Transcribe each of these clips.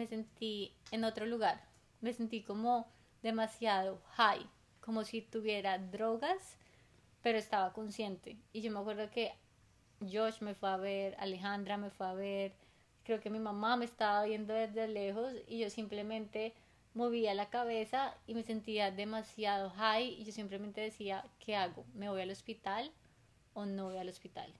me sentí en otro lugar. Me sentí como demasiado high, como si tuviera drogas, pero estaba consciente. Y yo me acuerdo que Josh me fue a ver, Alejandra me fue a ver, creo que mi mamá me estaba viendo desde lejos y yo simplemente movía la cabeza y me sentía demasiado high y yo simplemente decía, ¿qué hago? ¿Me voy al hospital o no voy al hospital?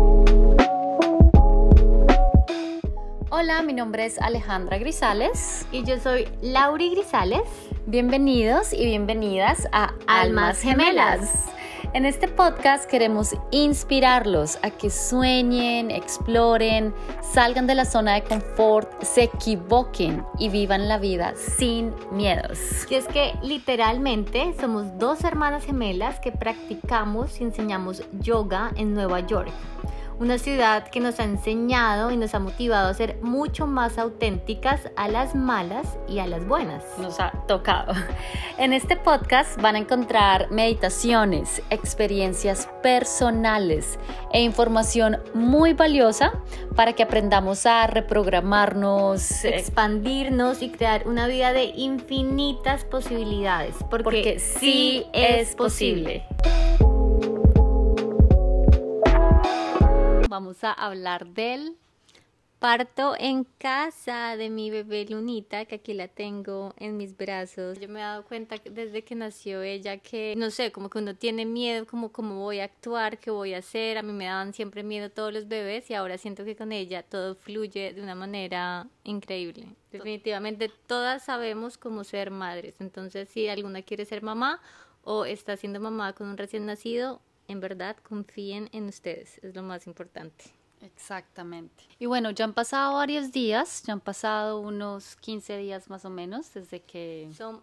Hola, mi nombre es Alejandra Grisales Y yo soy Lauri Grisales. Bienvenidos y bienvenidas a Almas Gemelas. En este podcast queremos inspirarlos a que sueñen, exploren, salgan de la zona de confort, se equivoquen y vivan la vida sin miedos. Y es que literalmente somos dos hermanas gemelas que practicamos y enseñamos yoga en Nueva York. Una ciudad que nos ha enseñado y nos ha motivado a ser mucho más auténticas a las malas y a las buenas. Nos ha tocado. En este podcast van a encontrar meditaciones, experiencias personales e información muy valiosa para que aprendamos a reprogramarnos, expandirnos y crear una vida de infinitas posibilidades. Porque sí es posible. Vamos a hablar del parto en casa de mi bebé Lunita, que aquí la tengo en mis brazos. Yo me he dado cuenta desde que nació ella que, no sé, como que uno tiene miedo, como cómo voy a actuar, qué voy a hacer. A mí me daban siempre miedo todos los bebés y ahora siento que con ella todo fluye de una manera increíble. Definitivamente todas sabemos cómo ser madres, entonces si alguna quiere ser mamá o está siendo mamá con un recién nacido, en verdad, confíen en ustedes, es lo más importante. Exactamente. Y bueno, ya han pasado varios días, ya han pasado unos 15 días más o menos desde que... Son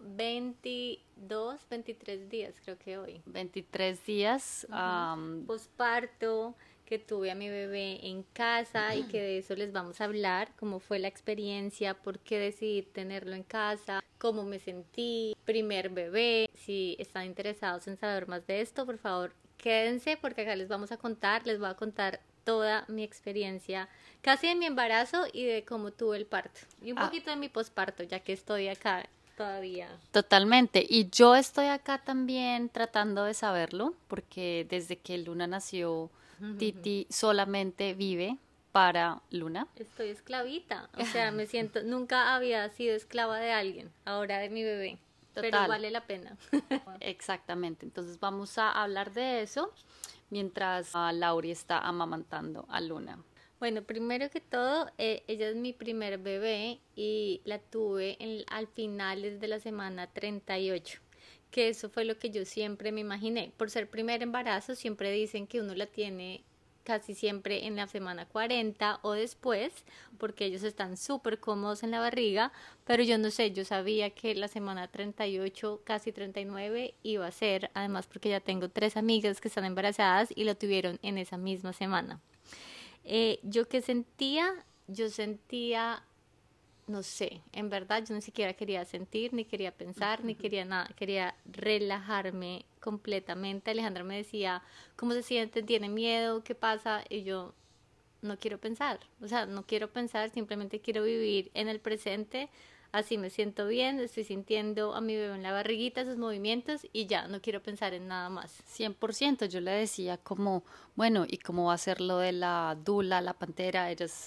22, 23 días creo que hoy. 23 días. Posparto, que tuve a mi bebé en casa y que de eso les vamos a hablar, cómo fue la experiencia, por qué decidí tenerlo en casa, cómo me sentí, primer bebé. Si están interesados en saber más de esto, por favor, quédense porque acá les voy a contar toda mi experiencia, casi de mi embarazo y de cómo tuve el parto. Y un poquito de mi posparto, ya que estoy acá todavía. Totalmente. Y yo estoy acá también tratando de saberlo, porque desde que Luna nació, Titi solamente vive para Luna. Estoy esclavita, o sea, me siento, nunca había sido esclava de alguien, ahora de mi bebé. Total. Pero vale la pena. Exactamente, entonces vamos a hablar de eso mientras Lauri está amamantando a Luna. Bueno, primero que todo, ella es mi primer bebé y la tuve al finales de la semana 38, que eso fue lo que yo siempre me imaginé. Por ser primer embarazo, siempre dicen que uno la tiene casi siempre en la semana 40 o después, porque ellos están súper cómodos en la barriga, pero yo no sé, yo sabía que la semana 38, casi 39 iba a ser, además porque ya tengo 3 amigas que están embarazadas y lo tuvieron en esa misma semana. ¿Yo qué sentía? Yo sentía, no sé, en verdad yo ni siquiera quería sentir, ni quería pensar, ni quería nada, quería relajarme completamente. Alejandra me decía, ¿cómo se siente? ¿Tiene miedo? ¿Qué pasa? Y yo no quiero pensar, o sea, no quiero pensar, simplemente quiero vivir en el presente, así me siento bien, estoy sintiendo a mi bebé en la barriguita, sus movimientos y ya, no quiero pensar en nada más. 100%, yo le decía como, bueno, ¿y cómo va a ser lo de la dula, la partera?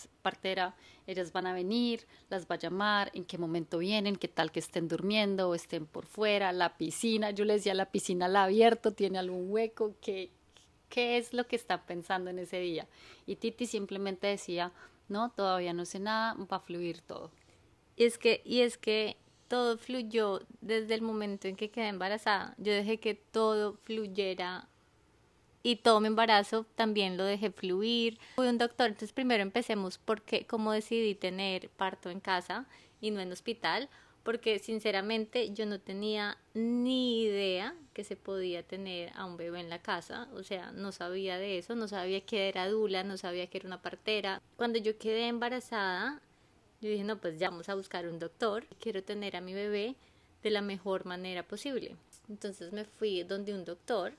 Ellas van a venir, las va a llamar, en qué momento vienen, qué tal que estén durmiendo o estén por fuera, la piscina, yo le decía, la piscina la ha abierto, tiene algún hueco, ¿qué es lo que está pensando en ese día? Y Titi simplemente decía, no, todavía no sé nada, va a fluir todo. Y es que todo fluyó desde el momento en que quedé embarazada. Yo dejé que todo fluyera y todo mi embarazo también lo dejé fluir. Fui a un doctor, entonces primero empecemos porque cómo decidí tener parto en casa y no en hospital, porque sinceramente yo no tenía ni idea que se podía tener a un bebé en la casa, o sea, no sabía de eso, no sabía que era dula, no sabía que era una partera. Cuando yo quedé embarazada, yo dije, no, pues ya vamos a buscar un doctor, quiero tener a mi bebé de la mejor manera posible. Entonces me fui donde un doctor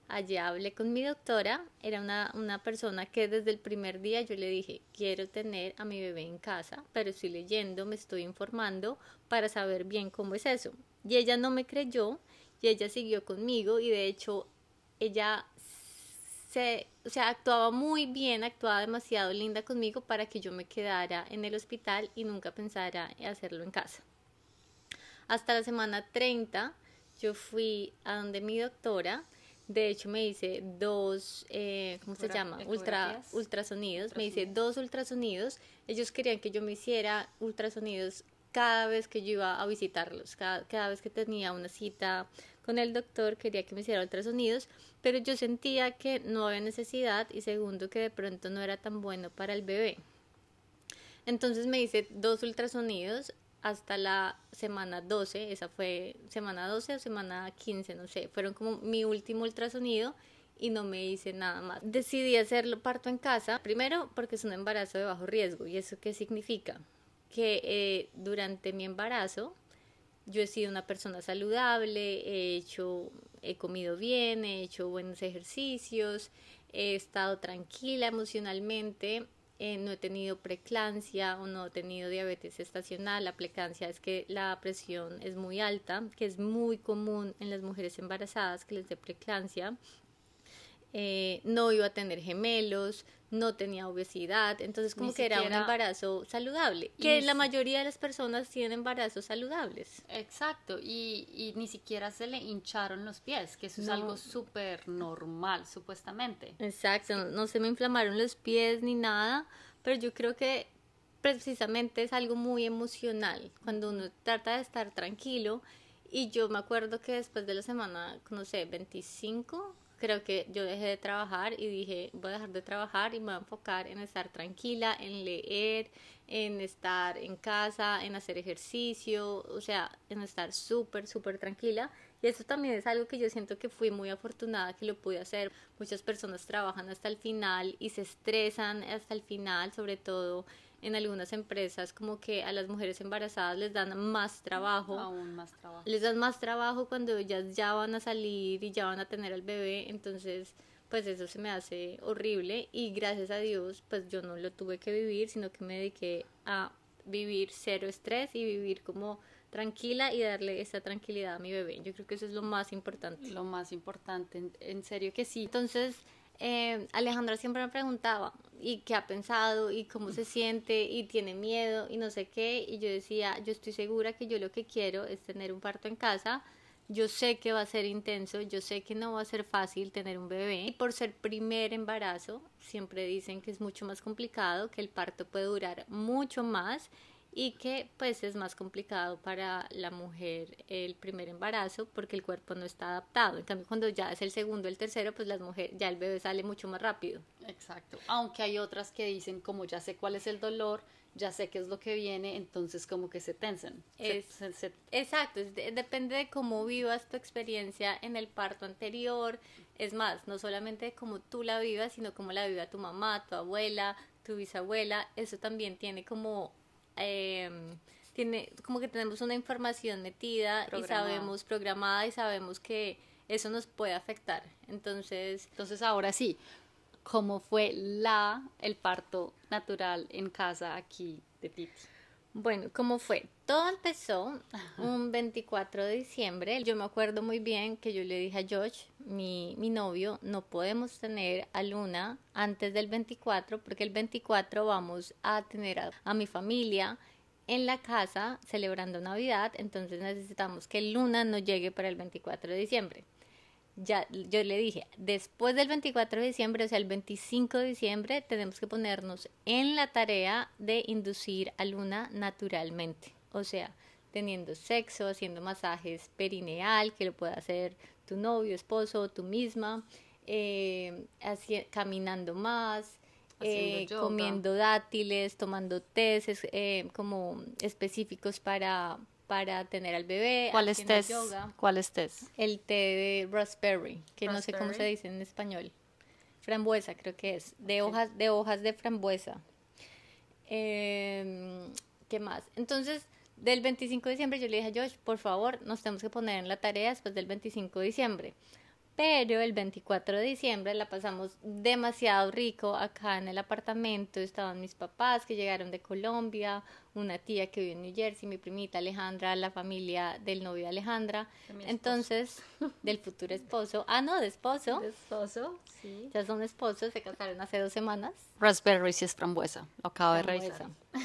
allá hablé con mi doctora, era una persona que desde el primer día yo le dije, quiero tener a mi bebé en casa, pero estoy leyendo, me estoy informando para saber bien cómo es eso. Y ella no me creyó y ella siguió conmigo y de hecho ella o sea, actuaba muy bien, actuaba demasiado linda conmigo para que yo me quedara en el hospital y nunca pensara en hacerlo en casa. Hasta la semana 30 yo fui a donde mi doctora, de hecho me hice dos, ¿cómo se llama? Ultrasonidos, me hice dos ultrasonidos, ellos querían que yo me hiciera ultrasonidos cada vez que yo iba a visitarlos, cada vez que tenía una cita con el doctor quería que me hiciera ultrasonidos, pero yo sentía que no había necesidad y segundo que de pronto no era tan bueno para el bebé. Entonces me hice dos ultrasonidos hasta la semana 12, esa fue semana 12 o semana 15, no sé, fueron como mi último ultrasonido y no me hice nada más. Decidí hacerlo parto en casa, primero porque es un embarazo de bajo riesgo. ¿Y eso qué significa? Que durante mi embarazo yo he sido una persona saludable, he comido bien, he hecho buenos ejercicios, he estado tranquila emocionalmente, no he tenido preeclampsia o no he tenido diabetes gestacional. La preeclampsia es que la presión es muy alta, que es muy común en las mujeres embarazadas que les dé preeclampsia. No iba a tener gemelos, no tenía obesidad, entonces como que era un embarazo saludable, que la mayoría de las personas tienen embarazos saludables. Exacto, y ni siquiera se le hincharon los pies, que eso es algo súper normal, supuestamente. Exacto, no se me inflamaron los pies ni nada, pero yo creo que precisamente es algo muy emocional, cuando uno trata de estar tranquilo, y yo me acuerdo que después de la semana, no sé, 25, creo que yo dejé de trabajar y dije, voy a dejar de trabajar y me voy a enfocar en estar tranquila, en leer, en estar en casa, en hacer ejercicio, o sea, en estar súper, súper tranquila. Y eso también es algo que yo siento que fui muy afortunada que lo pude hacer. Muchas personas trabajan hasta el final y se estresan hasta el final, sobre todo en algunas empresas, como que a las mujeres embarazadas les dan más trabajo. Aún más trabajo. Les dan más trabajo cuando ellas ya van a salir y ya van a tener al bebé, entonces pues eso se me hace horrible y gracias a Dios pues yo no lo tuve que vivir, sino que me dediqué a vivir cero estrés y vivir como tranquila y darle esa tranquilidad a mi bebé. Yo creo que eso es lo más importante. Lo más importante, en serio que sí. Entonces, Alejandra siempre me preguntaba, ¿y qué ha pensado? ¿Y cómo se siente? ¿Y tiene miedo? Y no sé qué. Y yo decía, yo estoy segura que yo lo que quiero es tener un parto en casa. Yo sé que va a ser intenso, yo sé que no va a ser fácil tener un bebé. Y por ser primer embarazo, siempre dicen que es mucho más complicado, que el parto puede durar mucho más y que pues es más complicado para la mujer el primer embarazo porque el cuerpo no está adaptado. En cambio, cuando ya es el segundo, el tercero, pues las mujeres, ya el bebé sale mucho más rápido. Exacto. Aunque hay otras que dicen, como ya sé cuál es el dolor, ya sé qué es lo que viene, entonces como que se tensan. Exacto, depende de cómo vivas tu experiencia en el parto anterior. Es más, no solamente de cómo tú la vivas, sino cómo la viva tu mamá, tu abuela, tu bisabuela. Eso también tiene como como que tenemos una información metida programada y sabemos que eso nos puede afectar. Entonces ahora sí, ¿cómo fue el parto natural en casa aquí de Titi? Bueno, ¿cómo fue? Todo empezó un 24 de diciembre. Yo me acuerdo muy bien que yo le dije a Josh, mi novio, no podemos tener a Luna antes del 24 porque el 24 vamos a tener a mi familia en la casa celebrando Navidad, entonces necesitamos que Luna no llegue para el 24 de diciembre. Ya, yo le dije, después del 24 de diciembre, o sea, el 25 de diciembre, tenemos que ponernos en la tarea de inducir a Luna naturalmente. O sea, teniendo sexo, haciendo masajes perineal, que lo pueda hacer tu novio, esposo, tú misma, caminando más, comiendo dátiles, tomando tés como específicos para tener al bebé. ¿Cuáles tés? ¿Cuáles tés? El té de raspberry, que no sé cómo se dice en español. Frambuesa, creo que es. De hojas de frambuesa. ¿Qué más? Entonces, del 25 de diciembre yo le dije a Josh, por favor, nos tenemos que poner en la tarea después del 25 de diciembre. Pero el 24 de diciembre la pasamos demasiado rico acá en el apartamento. Estaban mis papás que llegaron de Colombia, una tía que vive en New Jersey, mi primita Alejandra, la familia del novio de Alejandra. De mi esposo. Entonces, del futuro esposo. Ah, no, de esposo. De esposo, sí. Ya son esposos, se casaron hace 2 semanas. Raspberries y es frambuesa. Lo acabo de revisar.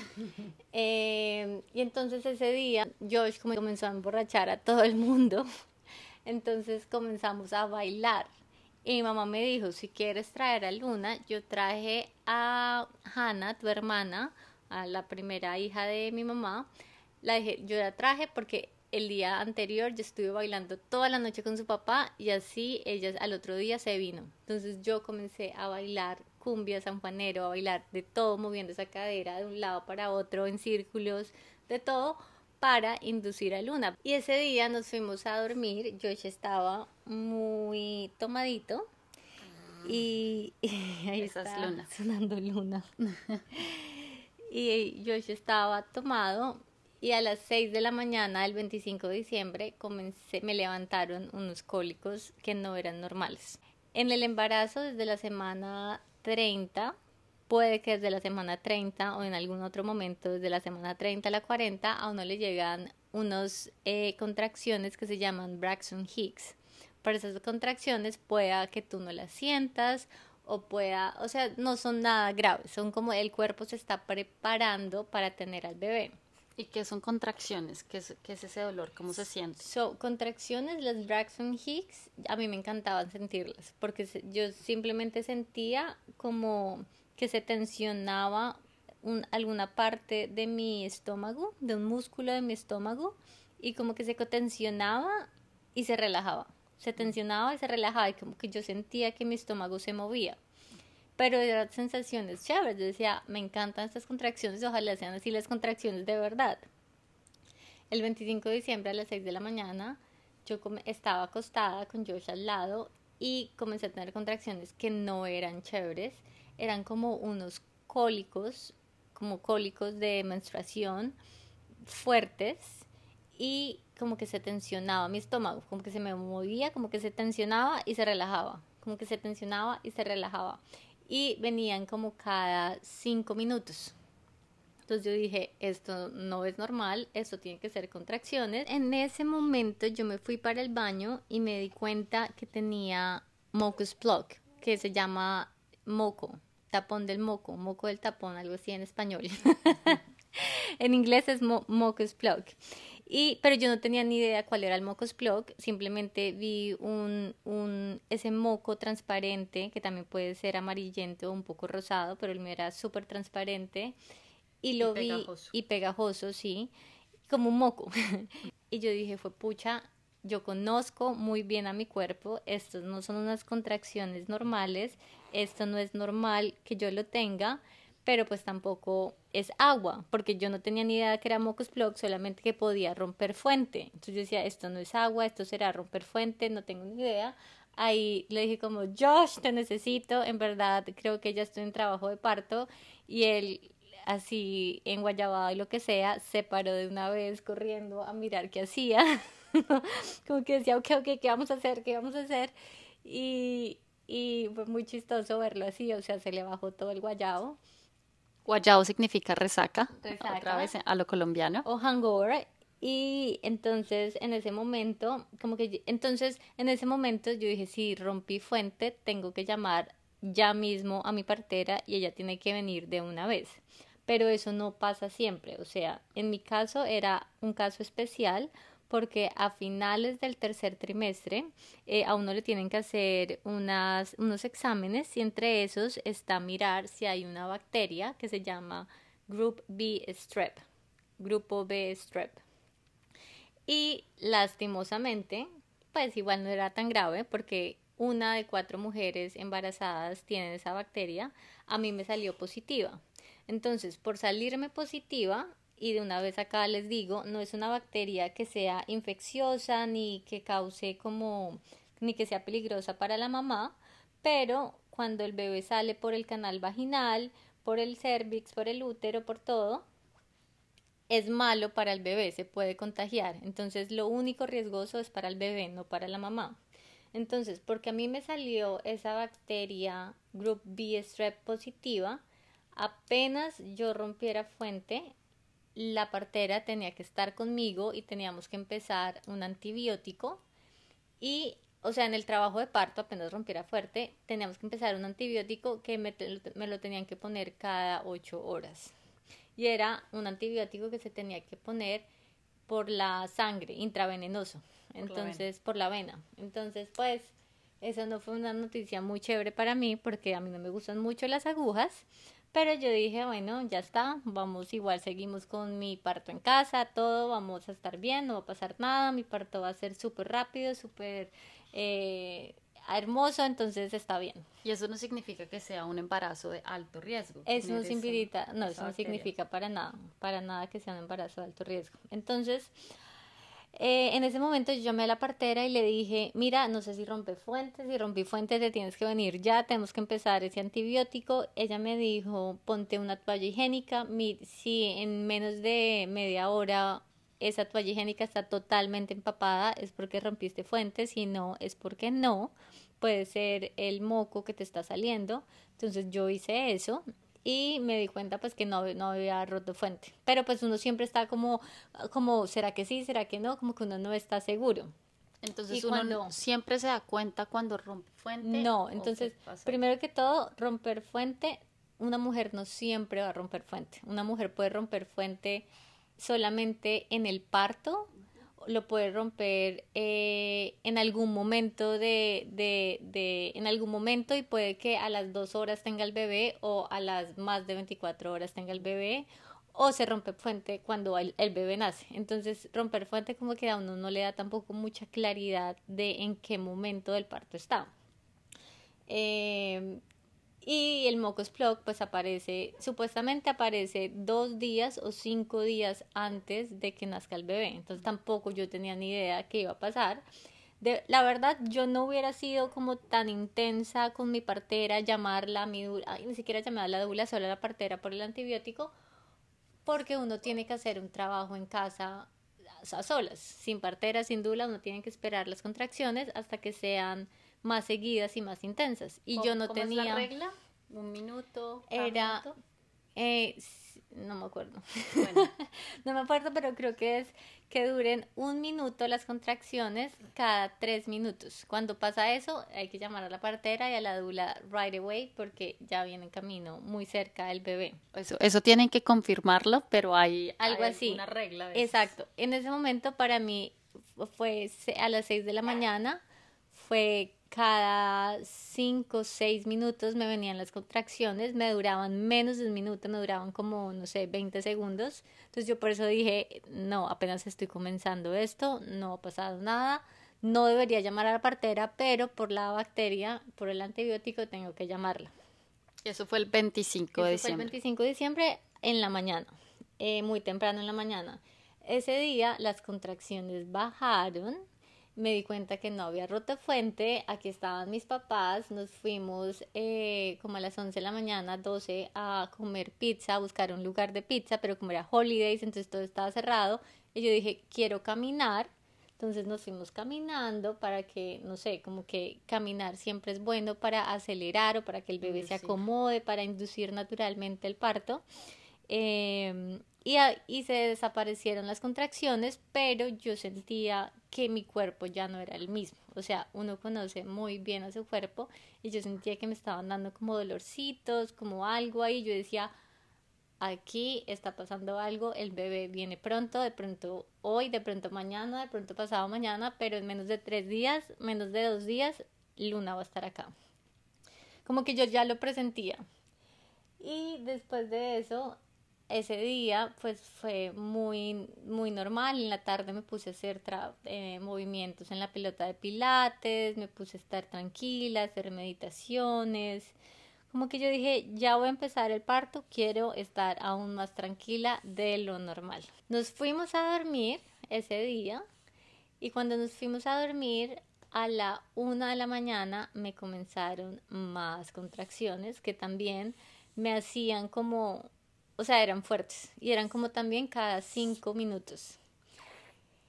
Y entonces ese día Josh comenzó a emborrachar a todo el mundo. Entonces comenzamos a bailar. Y mi mamá me dijo, si quieres traer a Luna, yo traje a Hannah, tu hermana, a la primera hija de mi mamá. La dije, yo la traje porque el día anterior yo estuve bailando toda la noche con su papá y así ella al otro día se vino. Entonces yo comencé a bailar cumbia sanjuanero, a bailar de todo, moviendo esa cadera de un lado para otro, en círculos, de todo, para inducir a Luna. Y ese día nos fuimos a dormir, Josh estaba muy tomadito y ahí Esa es está Luna. sonando Luna. Y Josh estaba tomado y a las 6 de la mañana del 25 de diciembre me levantaron unos cólicos que no eran normales. En el embarazo desde la semana 30, puede que desde la semana 30 o en algún otro momento desde la semana 30 a la 40 a uno le llegan unos contracciones que se llaman Braxton Hicks. Para esas contracciones pueda que tú no las sientas o sea, no son nada graves, son como el cuerpo se está preparando para tener al bebé. ¿Y qué son contracciones? ¿Qué es ese dolor? ¿Cómo se siente? Contracciones, las Braxton Hicks, a mí me encantaban sentirlas, porque yo simplemente sentía como que se tensionaba alguna parte de mi estómago, de un músculo de mi estómago, y como que se tensionaba y se relajaba. Se tensionaba y se relajaba, y como que yo sentía que mi estómago se movía. Pero eran sensaciones chéveres. Yo decía, me encantan estas contracciones, ojalá sean así las contracciones de verdad. El 25 de diciembre a las 6 de la mañana, yo estaba acostada con Josh al lado y comencé a tener contracciones que no eran chéveres. Eran como unos cólicos, como cólicos de menstruación fuertes y como que se tensionaba mi estómago, como que se me movía, como que se tensionaba y se relajaba, como que se tensionaba y se relajaba. Y venían como cada 5 minutos. Entonces yo dije, esto no es normal, esto tiene que ser contracciones. En ese momento yo me fui para el baño y me di cuenta que tenía mucus plug, que se llama moco, tapón del moco, moco del tapón, algo así en español. En inglés es mucus plug. Pero yo no tenía ni idea cuál era el mucus plug, simplemente vi ese moco transparente, que también puede ser amarillento o un poco rosado, pero el mío era súper transparente, y lo vi pegajoso. y pegajoso, sí, como un moco. Y yo dije, fue pucha, yo conozco muy bien a mi cuerpo, estos no son unas contracciones normales, esto no es normal que yo lo tenga, pero pues tampoco es agua, porque yo no tenía ni idea que era mucus plug, solamente que podía romper fuente. Entonces yo decía, esto no es agua, esto será romper fuente, no tengo ni idea. Ahí le dije como, Josh, te necesito, en verdad creo que ya estoy en trabajo de parto, y él así en Guayabado y lo que sea, se paró de una vez corriendo a mirar qué hacía. Como que decía, ok, ¿qué vamos a hacer? ¿Qué vamos a hacer? Y fue muy chistoso verlo así, o sea, se le bajó todo el guayabo. Guayabo significa resaca, Resaca. otra vez a lo colombiano. O hangover. Y entonces en ese momento, en ese momento yo dije, si rompí fuente, tengo que llamar ya mismo a mi partera y ella tiene que venir de una vez. Pero eso no pasa siempre, o sea, en mi caso era un caso especial porque a finales del tercer trimestre a uno le tienen que hacer unos exámenes y entre esos está mirar si hay una bacteria que se llama Group B Strep, Grupo B Strep. Y lastimosamente, pues igual no era tan grave porque una de 4 mujeres embarazadas tiene esa bacteria, a mí me salió positiva. Entonces, por salirme positiva, y de una vez acá les digo, no es una bacteria que sea infecciosa ni que cause ni que sea peligrosa para la mamá, pero cuando el bebé sale por el canal vaginal, por el cervix, por el útero, por todo, es malo para el bebé, se puede contagiar. Entonces lo único riesgoso es para el bebé, no para la mamá. Entonces, porque a mí me salió esa bacteria Group B Strep positiva, apenas yo rompiera fuente, la partera tenía que estar conmigo y teníamos que empezar un antibiótico y, o sea, en el trabajo de parto, apenas rompiera fuerte, teníamos que empezar un antibiótico que me lo tenían que poner cada 8 horas. Y era un antibiótico que se tenía que poner por la sangre, intravenoso, entonces por la vena. Entonces, pues, eso no fue una noticia muy chévere para mí porque a mí no me gustan mucho las agujas, pero yo dije, bueno, ya está, vamos, igual seguimos con mi parto en casa, todo, vamos a estar bien, no va a pasar nada, mi parto va a ser súper rápido, súper hermoso, entonces está bien. Y eso no significa que sea un embarazo de alto riesgo. Eso no significa, no, eso esa no bacteria. significa para nada que sea un embarazo de alto riesgo. Entonces, en ese momento yo llamé a la partera y le dije, mira, no sé si rompe fuentes, si rompí fuentes te tienes que venir ya, tenemos que empezar ese antibiótico. Ella me dijo, ponte una toalla higiénica, si en menos de media hora esa toalla higiénica está totalmente empapada, es porque rompiste fuentes, si no, es porque no, puede ser el moco que te está saliendo. Entonces yo hice eso y me di cuenta pues que no había roto fuente. Pero pues uno siempre está como, ¿será que sí? ¿Será que no? Como que uno no está seguro. Entonces Y uno cuando siempre se da cuenta cuando rompe fuente. no, ¿O qué entonces, pasa? primero que todo, romper fuente, una mujer no siempre va a romper fuente. Una mujer puede romper fuente solamente en el parto, lo puede romper en algún momento en algún momento y puede que a las 2 horas tenga el bebé o a las más de 24 horas tenga el bebé o se rompe fuente cuando el bebé nace. Entonces, romper fuente como que a uno no le da tampoco mucha claridad de en qué momento del parto está. Eh, y el Mocos Plug pues aparece, supuestamente aparece 2 días o 5 días antes de que nazca el bebé. Entonces tampoco yo tenía ni idea qué iba a pasar. La verdad, yo no hubiera sido como tan intensa con mi partera, llamarla a mi dula, ni siquiera llamar a la dula, solo a la partera por el antibiótico, porque uno tiene que hacer un trabajo en casa a solas, sin partera, sin dula, uno tiene que esperar las contracciones hasta que sean más seguidas y más intensas. Y yo no ¿Cómo es la tenía, regla? ¿Un minuto? ¿Cada era, minuto? no me acuerdo, Bueno, no me acuerdo, pero creo que es que duren 1 minuto las contracciones cada 3 minutos. Cuando pasa eso, hay que llamar a la partera y a la dula right away porque ya viene en camino muy cerca el bebé. eso tienen que confirmarlo, pero Algo hay así. alguna regla de esas. Exacto. En ese momento para mí fue a las 6 de la mañana, fue cada 5 o 6 minutos me venían las contracciones, me duraban menos de 1 minuto, me duraban como, no sé, 20 segundos. Entonces yo por eso dije, no, apenas estoy comenzando esto, no ha pasado nada, no debería llamar a la partera, pero por la bacteria, por el antibiótico, tengo que llamarla. Y eso fue el 25 de Eso fue el diciembre. 25 de diciembre en la mañana, muy temprano en la mañana. Ese día las contracciones bajaron, me di cuenta que no había roto fuente, aquí estaban mis papás, nos fuimos como a las 11 de la mañana, 12, a comer pizza, a buscar un lugar de pizza, pero como era holidays, entonces todo estaba cerrado, y yo dije, quiero caminar, entonces nos fuimos caminando para que, no sé, como que caminar siempre es bueno para acelerar o para que el bebé se acomode, para inducir naturalmente el parto. Y se desaparecieron las contracciones, pero yo sentía que mi cuerpo ya no era el mismo. O sea, uno conoce muy bien a su cuerpo y yo sentía que me estaban dando como dolorcitos, como algo ahí. Yo decía, aquí está pasando algo, el bebé viene pronto, de pronto hoy, de pronto mañana, de pronto pasado mañana, pero en menos de 3 días, menos de 2 días, Luna va a estar acá. Como que yo ya lo presentía. Y después de eso, ese día pues fue muy, muy normal. En la tarde me puse a hacer movimientos en la pelota de pilates, me puse a estar tranquila, a hacer meditaciones. Como que yo dije, ya voy a empezar el parto, quiero estar aún más tranquila de lo normal. Nos fuimos a dormir ese día y cuando nos fuimos a dormir a la 1 de la mañana me comenzaron más contracciones que también me hacían como, o sea, eran fuertes y eran como también cada 5 minutos.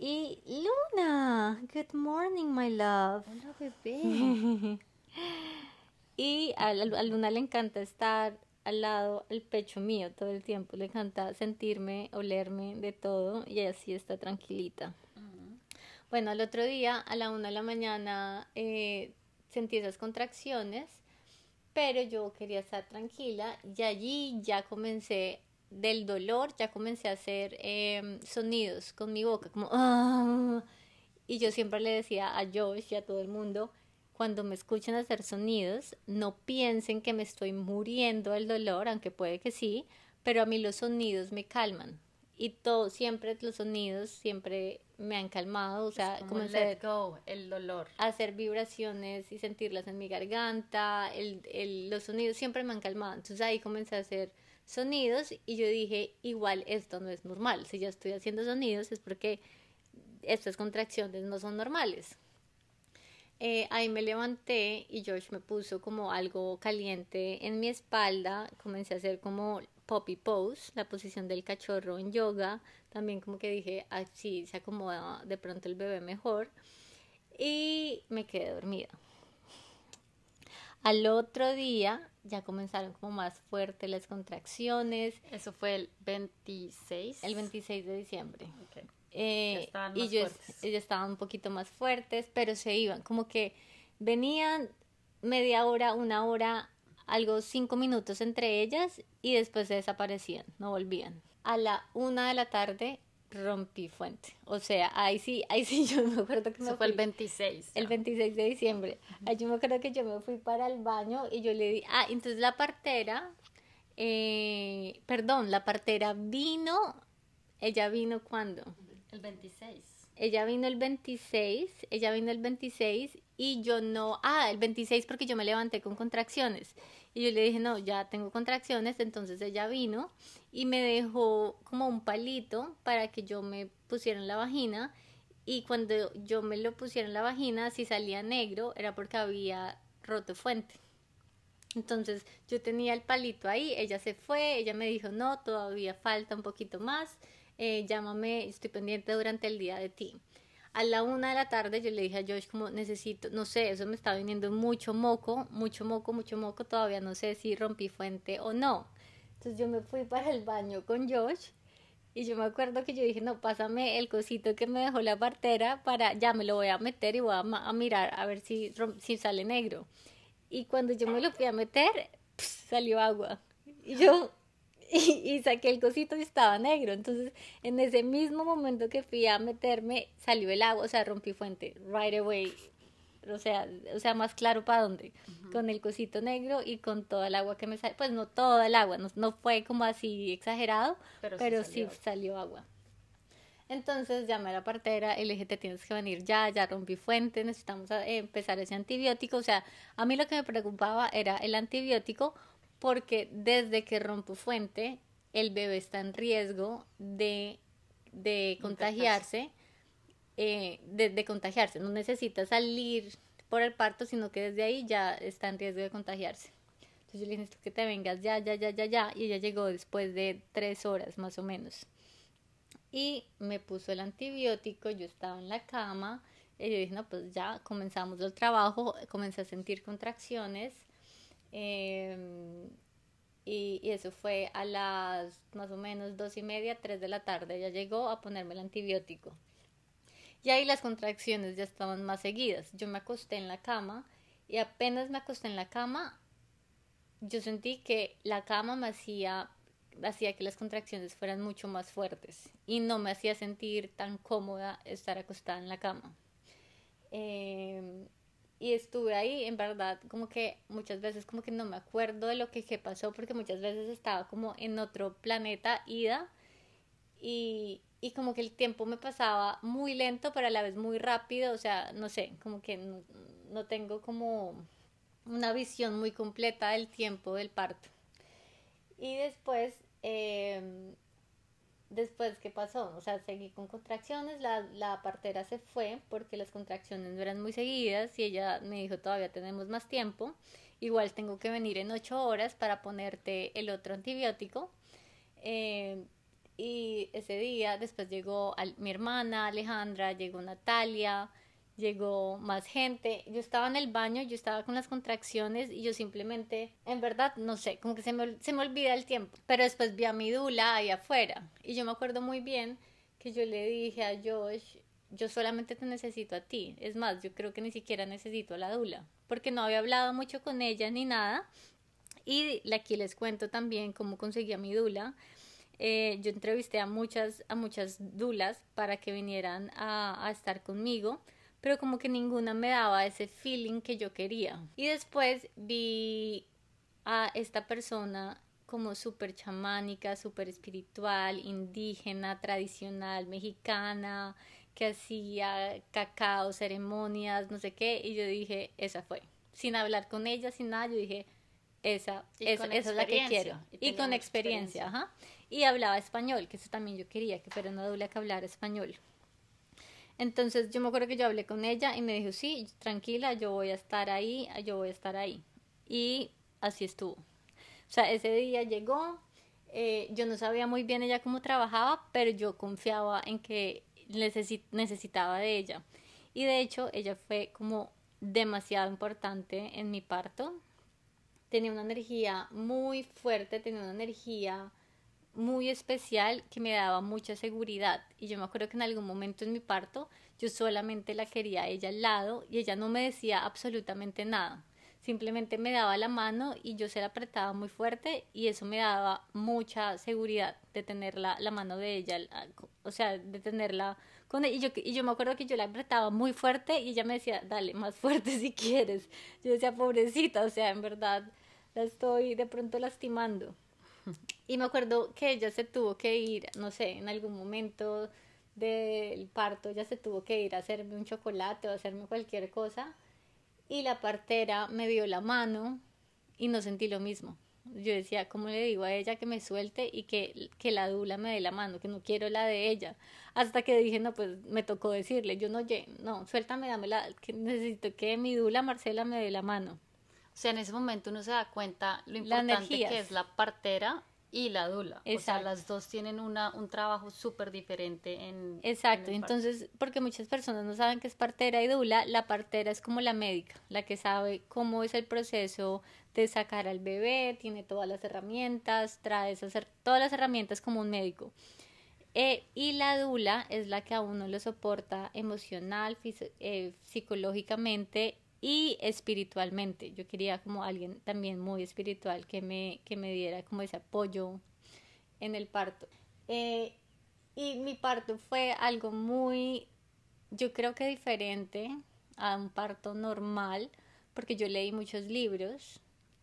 Y Luna, good morning, my love. Hola, bebé. Y a Luna le encanta estar al lado, el pecho mío todo el tiempo. Le encanta sentirme, olerme de todo y así está tranquilita. Bueno, al otro día, a la 1 de la mañana, sentí esas contracciones, pero yo quería estar tranquila y allí ya comencé del dolor, ya comencé a hacer sonidos con mi boca, como "Ah". Y yo siempre le decía a Josh y a todo el mundo, cuando me escuchen hacer sonidos, no piensen que me estoy muriendo del dolor, aunque puede que sí, pero a mí los sonidos me calman. Y todo, siempre los sonidos siempre me han calmado, o Es sea, como comencé let go, el dolor. a hacer vibraciones y sentirlas en mi garganta, los sonidos siempre me han calmado. Entonces ahí comencé a hacer sonidos y yo dije, igual esto no es normal. Si ya estoy haciendo sonidos es porque estas contracciones no son normales. Ahí me levanté y George me puso como algo caliente en mi espalda. Comencé a hacer como poppy pose, la posición del cachorro en yoga. También como que dije, así se acomoda de pronto el bebé mejor. Y me quedé dormida. Al otro día ya comenzaron como más fuertes las contracciones. Eso fue el 26. El 26 de diciembre. Okay. Ya estaban Y más fuertes. ellos estaban un poquito más fuertes, pero se iban, como que venían media hora, 1 hora, algo 5 minutos entre ellas y después se desaparecían, no volvían. A la 1 de la tarde rompí fuente. O sea, ahí sí yo me acuerdo que Eso me fue el fui. 26. El 26 de diciembre. Ahí yo me acuerdo que yo me fui para el baño y yo le di, entonces la partera, perdón, la partera vino, ella vino cuando. El 26. Ella vino el 26 y yo no, el 26 porque yo me levanté con contracciones y yo le dije, no, ya tengo contracciones, entonces ella vino y me dejó como un palito para que yo me pusiera en la vagina y cuando yo me lo pusiera en la vagina, si salía negro era porque había roto fuente. Entonces yo tenía el palito ahí, ella se fue, ella me dijo, no, todavía falta un poquito más, llámame, estoy pendiente durante el día de ti. A la 1 de la tarde yo le dije a Josh como necesito, no sé, eso me está viniendo mucho moco, mucho moco, todavía no sé si rompí fuente o no. Entonces yo me fui para el baño con Josh y yo me acuerdo que yo dije, no, pásame el cosito que me dejó la partera para, ya me lo voy a meter y voy a mirar a ver si sale negro. Y cuando yo me lo fui a meter, salió agua. Y yo, y saqué el cosito y estaba negro. Entonces, en ese mismo momento que fui a meterme, salió el agua, o sea, rompí fuente, right away. O sea, más claro para dónde. Con el cosito negro y con toda el agua que me salió. Pues no toda el agua, no fue como así exagerado, pero sí salió agua. Entonces llamé a la partera y le dije, te tienes que venir ya rompí fuente, necesitamos empezar ese antibiótico. O sea, a mí lo que me preocupaba era el antibiótico porque desde que rompo fuente, el bebé está en riesgo de contagiarse, de contagiarse. No necesita salir por el parto, sino que desde ahí ya está en riesgo de contagiarse. Entonces yo le dije, necesito que te vengas ya. Y ella llegó después de 3 horas más o menos y me puso el antibiótico, yo estaba en la cama y yo dije, no, pues ya comenzamos el trabajo, comencé a sentir contracciones y eso fue a las más o menos 2:30, 3 de la tarde, ella llegó a ponerme el antibiótico. Y ahí las contracciones ya estaban más seguidas, yo me acosté en la cama y apenas me acosté en la cama, yo sentí que la cama me hacía que las contracciones fueran mucho más fuertes y no me hacía sentir tan cómoda estar acostada en la cama. Y estuve ahí, en verdad, como que muchas veces como que no me acuerdo de lo que pasó porque muchas veces estaba como en otro planeta, ida, y como que el tiempo me pasaba muy lento pero a la vez muy rápido, o sea, no sé, como que no tengo como una visión muy completa del tiempo del parto. Y después, ¿qué pasó? O sea, seguí con contracciones, la partera se fue porque las contracciones no eran muy seguidas y ella me dijo, todavía tenemos más tiempo, igual tengo que venir en 8 horas para ponerte el otro antibiótico. y ese día después llegó mi hermana Alejandra, llegó Natalia, llegó más gente. Yo estaba en el baño, yo estaba con las contracciones y yo simplemente, en verdad, no sé, como que se me olvida el tiempo. Pero después vi a mi dula ahí afuera y yo me acuerdo muy bien que yo le dije a Josh, yo solamente te necesito a ti. Es más, yo creo que ni siquiera necesito a la dula, porque no había hablado mucho con ella ni nada. Y aquí les cuento también cómo conseguí a mi dula. Yo entrevisté a muchas dulas para que vinieran a estar conmigo, pero como que ninguna me daba ese feeling que yo quería. Y después vi a esta persona como súper chamánica, súper espiritual, indígena, tradicional, mexicana, que hacía cacao, ceremonias, no sé qué, y yo dije, esa fue. Sin hablar con ella, sin nada, yo dije, esa es la que quiero. Y con experiencia, ajá. Y hablaba español, que eso también yo quería, que fuera una dula que hablara español. Entonces yo me acuerdo que yo hablé con ella y me dijo, sí, tranquila, yo voy a estar ahí, yo voy a estar ahí. Y así estuvo. O sea, ese día llegó, yo no sabía muy bien ella cómo trabajaba, pero yo confiaba en que necesitaba de ella. Y de hecho, ella fue como demasiado importante en mi parto. Tenía una energía muy fuerte, tenía una energía muy especial que me daba mucha seguridad. Y yo me acuerdo que en algún momento en mi parto yo solamente la quería a ella al lado y ella no me decía absolutamente nada. Simplemente me daba la mano y yo se la apretaba muy fuerte y eso me daba mucha seguridad de tener la mano de ella, o sea, de tenerla con ella. Y yo me acuerdo que yo la apretaba muy fuerte y ella me decía, dale, más fuerte si quieres. Yo decía, pobrecita, o sea, en verdad la estoy de pronto lastimando. Y me acuerdo que ella se tuvo que ir, no sé, en algún momento del parto, ella se tuvo que ir a hacerme un chocolate o a hacerme cualquier cosa. Y la partera me dio la mano y no sentí lo mismo. Yo decía, ¿cómo le digo a ella que me suelte y que la dula me dé la mano, que no quiero la de ella? Hasta que dije, no, pues me tocó decirle, yo no, oye, no, suéltame, dámela, que necesito que mi dula Marcela me dé la mano. O sea, en ese momento uno se da cuenta lo Las importante que energías. es la partera y la dula. O sea, Exacto. las dos tienen un trabajo súper diferente en Exacto, el parto. entonces, porque muchas personas no saben qué es partera y dula, la partera es como la médica, la que sabe cómo es el proceso de sacar al bebé, tiene todas las herramientas, trae todas las herramientas como un médico. Y la dula es la que a uno lo soporta emocional, psicológicamente y espiritualmente. Yo quería como alguien también muy espiritual que me diera como ese apoyo en el parto. Eh, y mi parto fue algo muy, yo creo que diferente a un parto normal, porque yo leí muchos libros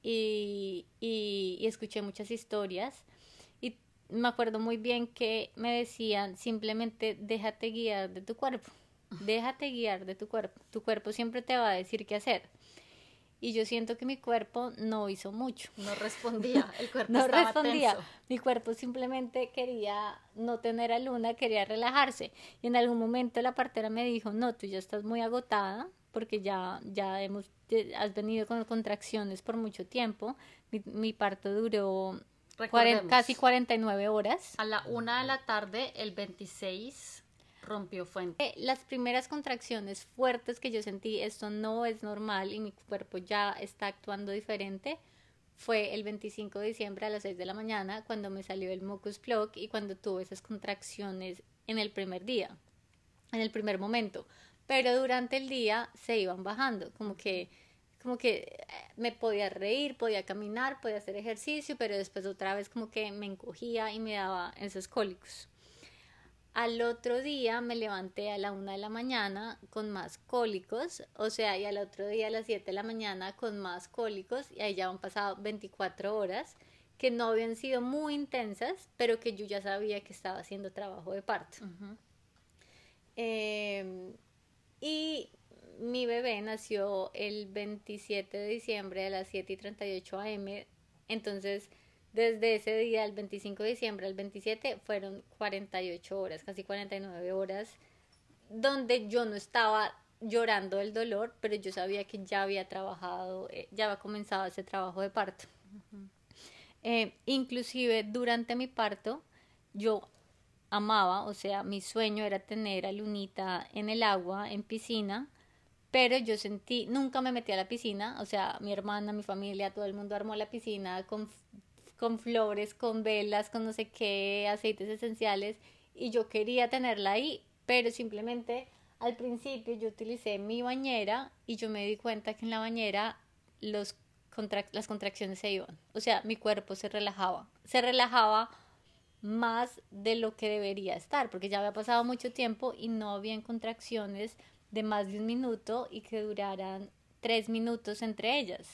y escuché muchas historias. Y me acuerdo muy bien que me decían simplemente déjate guiar de tu cuerpo, déjate guiar de tu cuerpo siempre te va a decir qué hacer. Y yo siento que mi cuerpo no hizo mucho. No respondía, el cuerpo No estaba respondía. tenso. Mi cuerpo simplemente quería no tener a Luna, quería relajarse. Y en algún momento la partera me dijo, no, tú ya estás muy agotada porque has venido con contracciones por mucho tiempo. Mi parto duró casi Recordemos, 49 horas. a la 1 de la tarde, el 26, rompió fuente. Las primeras contracciones fuertes que yo sentí, esto no es normal y mi cuerpo ya está actuando diferente, fue el 25 de diciembre a las 6 de la mañana cuando me salió el mucus plug y cuando tuve esas contracciones en el primer día, en el primer momento. Pero durante el día se iban bajando, como que me podía reír, podía caminar, podía hacer ejercicio, pero después otra vez como que me encogía y me daba esos cólicos. Al otro día me levanté a la 1 de la mañana con más cólicos, o sea, y al otro día a las 7 de la mañana con más cólicos, y ahí ya han pasado 24 horas que no habían sido muy intensas, pero que yo ya sabía que estaba haciendo trabajo de parto. Eh, y mi bebé nació el 27 de diciembre a las 7:38 am, entonces desde ese día, el 25 de diciembre al 27, fueron 48 horas, casi 49 horas, donde yo no estaba llorando el dolor, pero yo sabía que ya había trabajado, ya había comenzado ese trabajo de parto. Inclusive durante mi parto, yo amaba, o sea, mi sueño era tener a Lunita en el agua, en piscina, pero yo sentí, nunca me metí a la piscina, o sea, mi hermana, mi familia, todo el mundo armó la piscina con flores, con velas, con no sé qué, aceites esenciales, y yo quería tenerla ahí, pero simplemente al principio yo utilicé mi bañera y yo me di cuenta que en la bañera los las contracciones se iban, o sea, mi cuerpo se relajaba más de lo que debería estar, porque ya había pasado mucho tiempo y no habían contracciones de más de un minuto y que duraran 3 minutos entre ellas.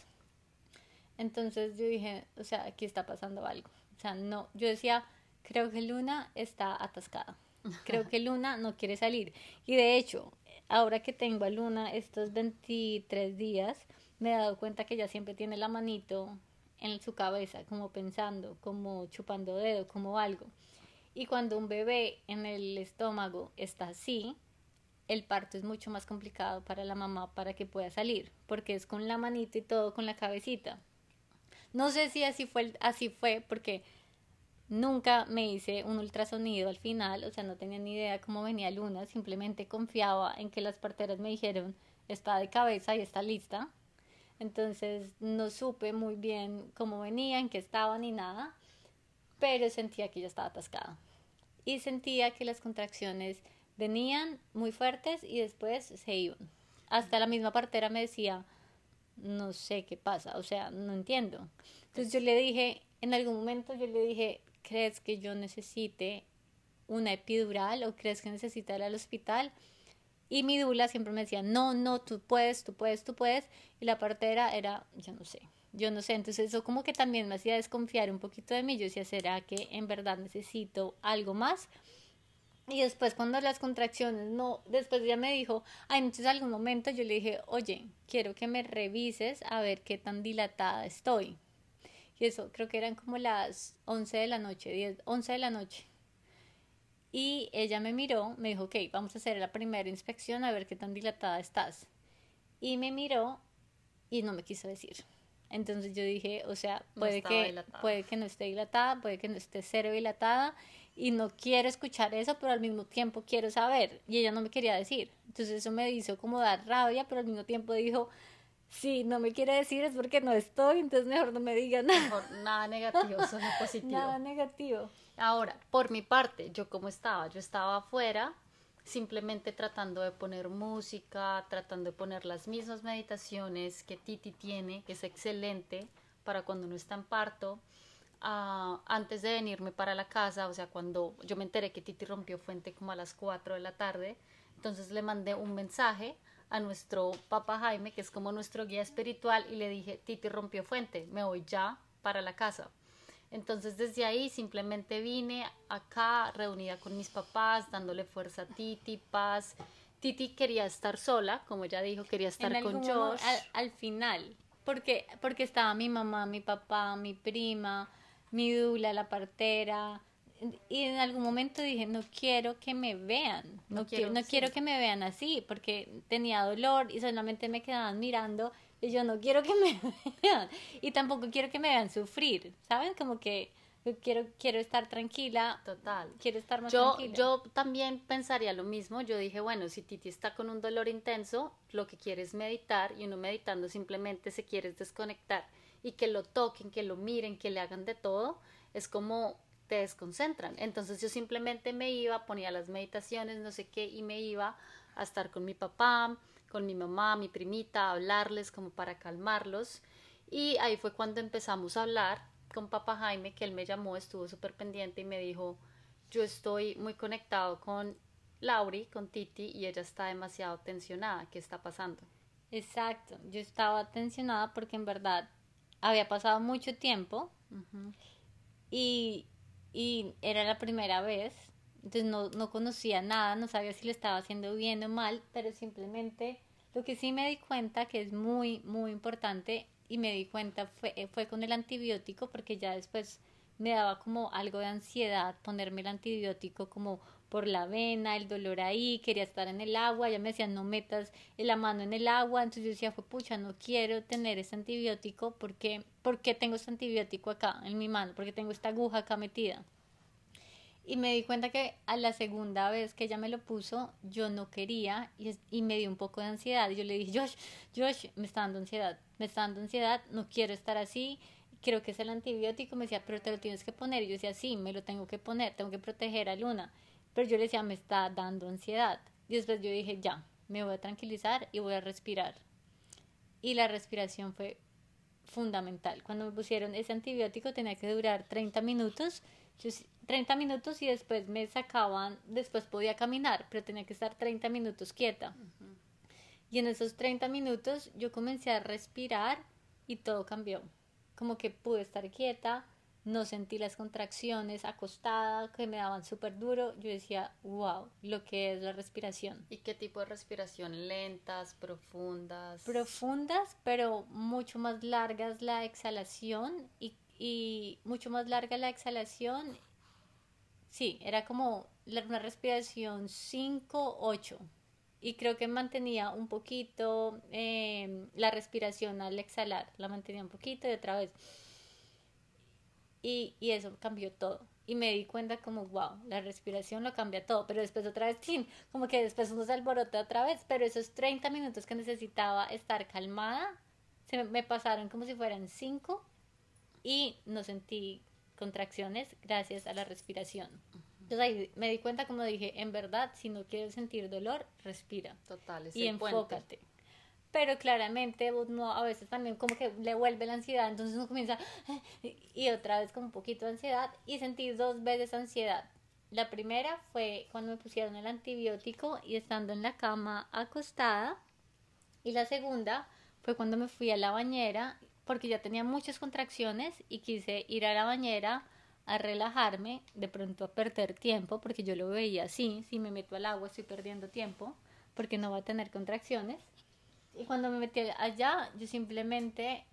Entonces yo dije, o sea, aquí está pasando algo. O sea, no, yo decía, creo que Luna está atascada. Creo que Luna no quiere salir. Y de hecho, ahora que tengo a Luna estos 23 días, me he dado cuenta que ella siempre tiene la manito en su cabeza, como pensando, como chupando dedo, como algo. Y cuando un bebé en el estómago está así, el parto es mucho más complicado para la mamá para que pueda salir, porque es con la manito y todo, con la cabecita. No sé si así fue porque nunca me hice un ultrasonido al final, o sea, no tenía ni idea cómo venía Luna, simplemente confiaba en que las parteras me dijeron, está de cabeza y está lista. Entonces no supe muy bien cómo venía, en qué estaba ni nada, pero sentía que ya estaba atascada. Y sentía que las contracciones venían muy fuertes y después se iban. Hasta la misma partera me decía, no sé qué pasa, o sea, no entiendo. Entonces yo le dije, en algún momento yo le dije, ¿crees que yo necesite una epidural o crees que necesite ir al hospital? Y mi dula siempre me decía, no, no, tú puedes, tú puedes, tú puedes. Y la partera era, yo no sé. Entonces eso como que también me hacía desconfiar un poquito de mí. Yo decía, ¿será que en verdad necesito algo más? Y después cuando las contracciones, no, después ella me dijo, ay, entonces algún momento yo le dije, oye, quiero que me revises a ver qué tan dilatada estoy. Y eso, creo que eran como las 11 de la noche, 10, 11 de la noche. Y ella me miró, me dijo, ok, vamos a hacer la primera inspección a ver qué tan dilatada estás. Y me miró y no me quiso decir. Entonces yo dije, o sea, No estaba dilatada. puede que no esté dilatada, puede que no esté cero dilatada y no quiero escuchar eso, pero al mismo tiempo quiero saber. Y ella no me quería decir. Entonces eso me hizo como dar rabia, pero al mismo tiempo dijo, si no me quiere decir es porque no estoy, entonces mejor no me diga nada. Mejor nada negativo, solo Nada positivo. negativo. Ahora, por mi parte, yo como estaba, yo estaba afuera, simplemente tratando de poner música, tratando de poner las mismas meditaciones que Titi tiene, que es excelente para cuando uno está en parto. Antes de venirme para la casa, o sea, cuando yo me enteré que Titi rompió fuente como a las 4 de la tarde, entonces le mandé un mensaje a nuestro papá Jaime, que es como nuestro guía espiritual, y le dije, Titi rompió fuente, me voy ya para la casa. Entonces desde ahí simplemente vine acá reunida con mis papás, dándole fuerza a Titi, paz. Titi quería estar sola, como ella dijo, quería En estar con algún momento, Josh. al final, porque estaba mi mamá, mi papá, mi prima, mi dula, la partera, y en algún momento dije, no quiero que me vean, No quiero, no quiero sí, que me vean así, porque tenía dolor y solamente me quedaban mirando y yo no quiero que me vean, y tampoco quiero que me vean sufrir, ¿saben? Como que yo quiero estar tranquila, total. quiero estar más Yo, tranquila. yo también pensaría lo mismo. Yo dije, bueno, si Titi está con un dolor intenso, lo que quiere es meditar y uno meditando simplemente se quiere desconectar y que lo toquen, que lo miren, que le hagan de todo, es como te desconcentran. Entonces yo simplemente me iba, ponía las meditaciones, no sé qué, y me iba a estar con mi papá, con mi mamá, mi primita, a hablarles como para calmarlos. Y ahí fue cuando empezamos a hablar con papá Jaime, que él me llamó, estuvo súper pendiente y me dijo, yo estoy muy conectado con Lauri, con Titi, y ella está demasiado tensionada. ¿Qué está pasando? Exacto, yo estaba tensionada porque en verdad había pasado mucho tiempo y, y era la primera vez, entonces no conocía nada, no sabía si lo estaba haciendo bien o mal, pero simplemente lo que sí me di cuenta que es muy, muy importante y me di cuenta fue con el antibiótico porque ya después me daba como algo de ansiedad ponerme el antibiótico como por la vena, el dolor ahí, quería estar en el agua, ya me decían no metas la mano en el agua, entonces yo decía, fue pucha, no quiero tener ese antibiótico porque, ¿por qué tengo este antibiótico acá en mi mano? Porque tengo esta aguja acá metida. Y me di cuenta que a la segunda vez que ella me lo puso, yo no quería y me dio un poco de ansiedad. Y yo le dije, Josh, me está dando ansiedad, me está dando ansiedad, no quiero estar así, creo que es el antibiótico. Me decía, pero te lo tienes que poner. Y yo decía, sí, me lo tengo que poner, tengo que proteger a Luna. Pero yo le decía, me está dando ansiedad. Y después yo dije, ya, me voy a tranquilizar y voy a respirar. Y la respiración fue fundamental. Cuando me pusieron ese antibiótico tenía que durar 30 minutos. 30 minutos y después me sacaban, después podía caminar, pero tenía que estar 30 minutos quieta. Y en esos 30 minutos yo comencé a respirar y todo cambió. Como que pude estar quieta, no sentí las contracciones acostada que me daban súper duro. Yo decía, wow, lo que es la respiración. ¿Y qué tipo de respiración? ¿Lentas, profundas? Profundas, pero mucho más largas la exhalación y mucho más larga la exhalación. Sí, era como una respiración 5-8 y creo que mantenía un poquito la respiración al exhalar, la mantenía un poquito y otra vez. Y eso cambió todo. Y me di cuenta como, wow, la respiración lo cambia todo. Pero después otra vez, sí, como que después uno se alborota otra vez. Pero esos 30 minutos que necesitaba estar calmada, me pasaron como si fueran 5 y no sentí contracciones gracias a la respiración. Entonces ahí me di cuenta, como dije, en verdad, si no quieres sentir dolor, respira. Total, es y el puente. enfócate. Pero claramente uno a veces también como que le vuelve la ansiedad, entonces uno comienza y otra vez con un poquito de ansiedad y sentí 2 veces ansiedad. La primera fue cuando me pusieron el antibiótico y estando en la cama acostada, y la segunda fue cuando me fui a la bañera porque ya tenía muchas contracciones y quise ir a la bañera a relajarme, de pronto a perder tiempo, porque yo lo veía así, si me meto al agua estoy perdiendo tiempo, porque no va a tener contracciones. Y cuando me metí allá, yo simplemente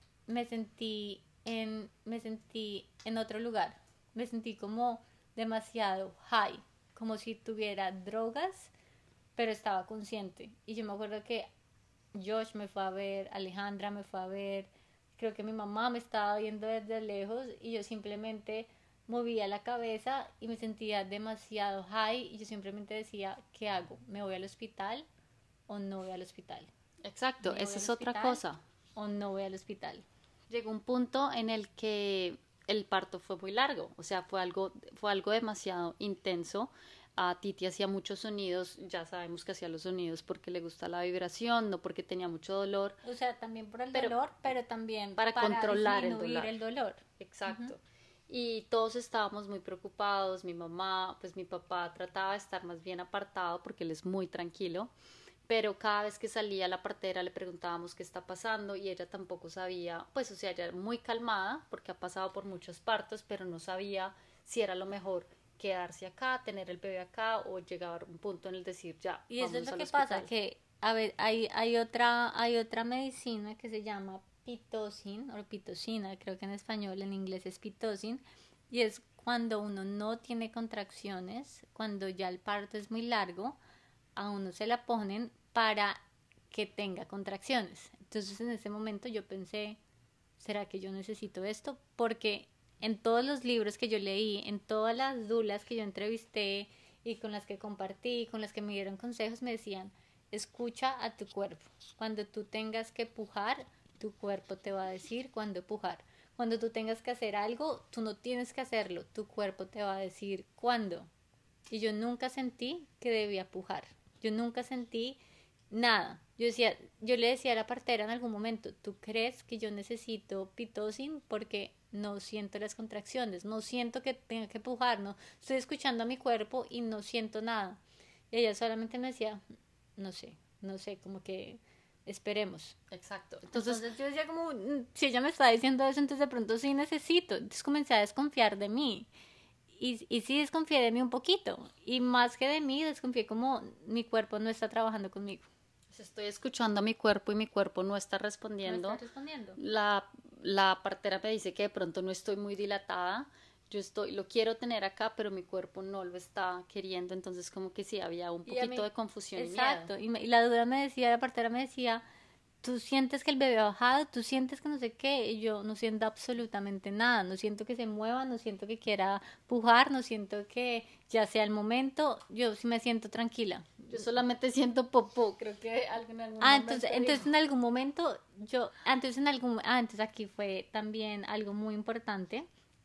me sentí en otro lugar. Me sentí como demasiado high, como si tuviera drogas, pero estaba consciente. Y yo me acuerdo que Josh me fue a ver, Alejandra me fue a ver, creo que mi mamá me estaba viendo desde lejos y yo simplemente movía la cabeza y me sentía demasiado high y yo simplemente decía, ¿qué hago? ¿Me voy al hospital o no voy al hospital? Exacto, ¿Me voy esa al es otra hospital cosa. o no voy al hospital? Llegó un punto en el que el parto fue muy largo, o sea, fue algo demasiado intenso. A Titi hacía muchos sonidos, ya sabemos que hacía los sonidos porque le gusta la vibración, no porque tenía mucho dolor. O sea, también por el dolor, pero también para controlar disminuir el dolor. Exacto. Y todos estábamos muy preocupados, mi mamá, pues mi papá trataba de estar más bien apartado porque él es muy tranquilo, pero cada vez que salía la partera le preguntábamos qué está pasando y ella tampoco sabía, pues o sea, ella era muy calmada porque ha pasado por muchos partos, pero no sabía si era lo mejor quedarse acá, tener el bebé acá o llegar a un punto en el decir ya, Y eso es lo al que hospital. pasa, que a ver, hay otra medicina que se llama pitocin o pitocina, creo que en español, en inglés es pitocin, y es cuando uno no tiene contracciones, cuando ya el parto es muy largo, a uno se la ponen para que tenga contracciones. Entonces en ese momento yo pensé, ¿será que yo necesito esto? Porque en todos los libros que yo leí, en todas las dulas que yo entrevisté y con las que compartí, con las que me dieron consejos, me decían, escucha a tu cuerpo. Cuando tú tengas que pujar, tu cuerpo te va a decir cuándo pujar. Cuando tú tengas que hacer algo, tú no tienes que hacerlo, tu cuerpo te va a decir cuándo. Y yo nunca sentí que debía pujar. Yo nunca sentí nada. Yo le decía a la partera en algún momento, ¿tú crees que yo necesito pitocin? Porque no siento las contracciones, no siento que tenga que pujar, no estoy escuchando a mi cuerpo y no siento nada. Y ella solamente me decía, no sé, como que esperemos. Exacto. Entonces yo decía como, si ella me está diciendo eso, entonces de pronto sí necesito. Entonces comencé a desconfiar de mí. Y sí desconfié de mí un poquito. Y más que de mí, desconfié como mi cuerpo no está trabajando conmigo. Estoy escuchando a mi cuerpo y mi cuerpo no está respondiendo. No está respondiendo. La partera me dice que de pronto no estoy muy dilatada. Lo quiero tener acá, pero mi cuerpo no lo está queriendo. Entonces como que sí, había un poquito de confusión y miedo. Exacto. Y la partera me decía, tú sientes que el bebé ha bajado, tú sientes que no sé qué, y yo no siento absolutamente nada, no siento que se mueva, no siento que quiera pujar, no siento que ya sea el momento, yo sí me siento tranquila. Yo solamente siento popó, creo que algo en algún Ah, momento entonces dijo. en algún momento entonces aquí fue también algo muy importante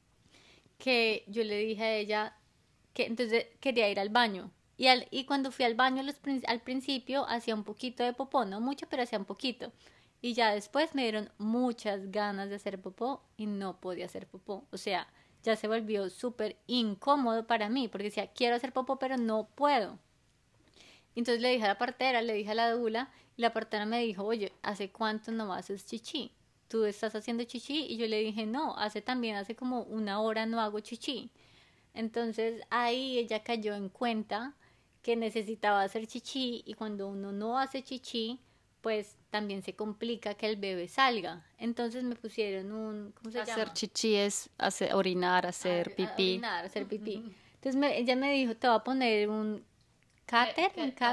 que yo le dije a ella que entonces quería ir al baño. Y cuando fui al baño al principio hacía un poquito de popó, no mucho, pero hacía un poquito. Y ya después me dieron muchas ganas de hacer popó y no podía hacer popó. O sea, ya se volvió súper incómodo para mí porque decía, quiero hacer popó, pero no puedo. Entonces le dije a la partera, le dije a la dula, y la partera me dijo, oye, ¿hace cuánto no haces chichi? ¿Tú estás haciendo chichi? Y yo le dije, no, hace como una hora no hago chichi. Entonces ahí ella cayó en cuenta que necesitaba hacer chichi y cuando uno no hace chichi, pues también se complica que el bebé salga. Entonces me pusieron ¿cómo se Hacer llama? chichi es hacer, orinar, hacer pipí. Orinar, hacer pipí. Entonces ella me dijo, te voy a poner un cáter,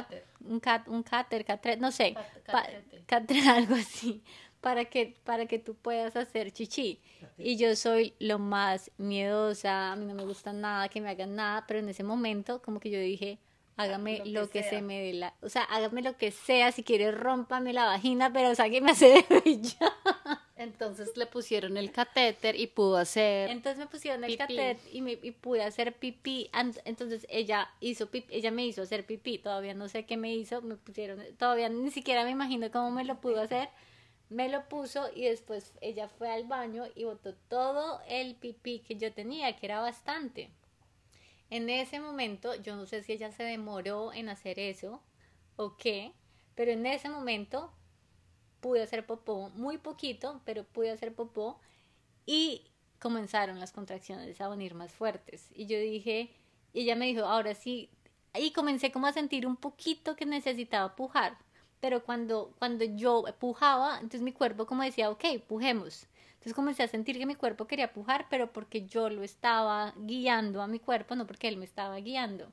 un cáter, no sé, cáter, algo así, para que tú puedas hacer chichi. Y yo soy lo más miedosa, a mí no me gusta nada que me hagan nada, pero en ese momento como que yo dije, hágame lo que se me dé o sea, hágame lo que sea, si quiere rómpame la vagina, pero sáqueme a hacer ya. Entonces le pusieron el catéter y pudo hacer Entonces me pusieron el pipí. catéter y pude hacer pipí. Entonces ella hizo pipí, ella me hizo hacer pipí. Todavía no sé qué me hizo, me pusieron, todavía ni siquiera me imagino cómo me lo pudo hacer. Me lo puso y después ella fue al baño y botó todo el pipí que yo tenía, que era bastante. En ese momento, yo no sé si ella se demoró en hacer eso o qué, pero en ese momento pude hacer popó, muy poquito, pero pude hacer popó y comenzaron las contracciones a venir más fuertes. Y yo dije, y ella me dijo, ahora sí, y comencé como a sentir un poquito que necesitaba pujar. Pero cuando yo pujaba, entonces mi cuerpo como decía, ok, pujemos. Entonces comencé a sentir que mi cuerpo quería pujar, pero porque yo lo estaba guiando a mi cuerpo, no porque él me estaba guiando.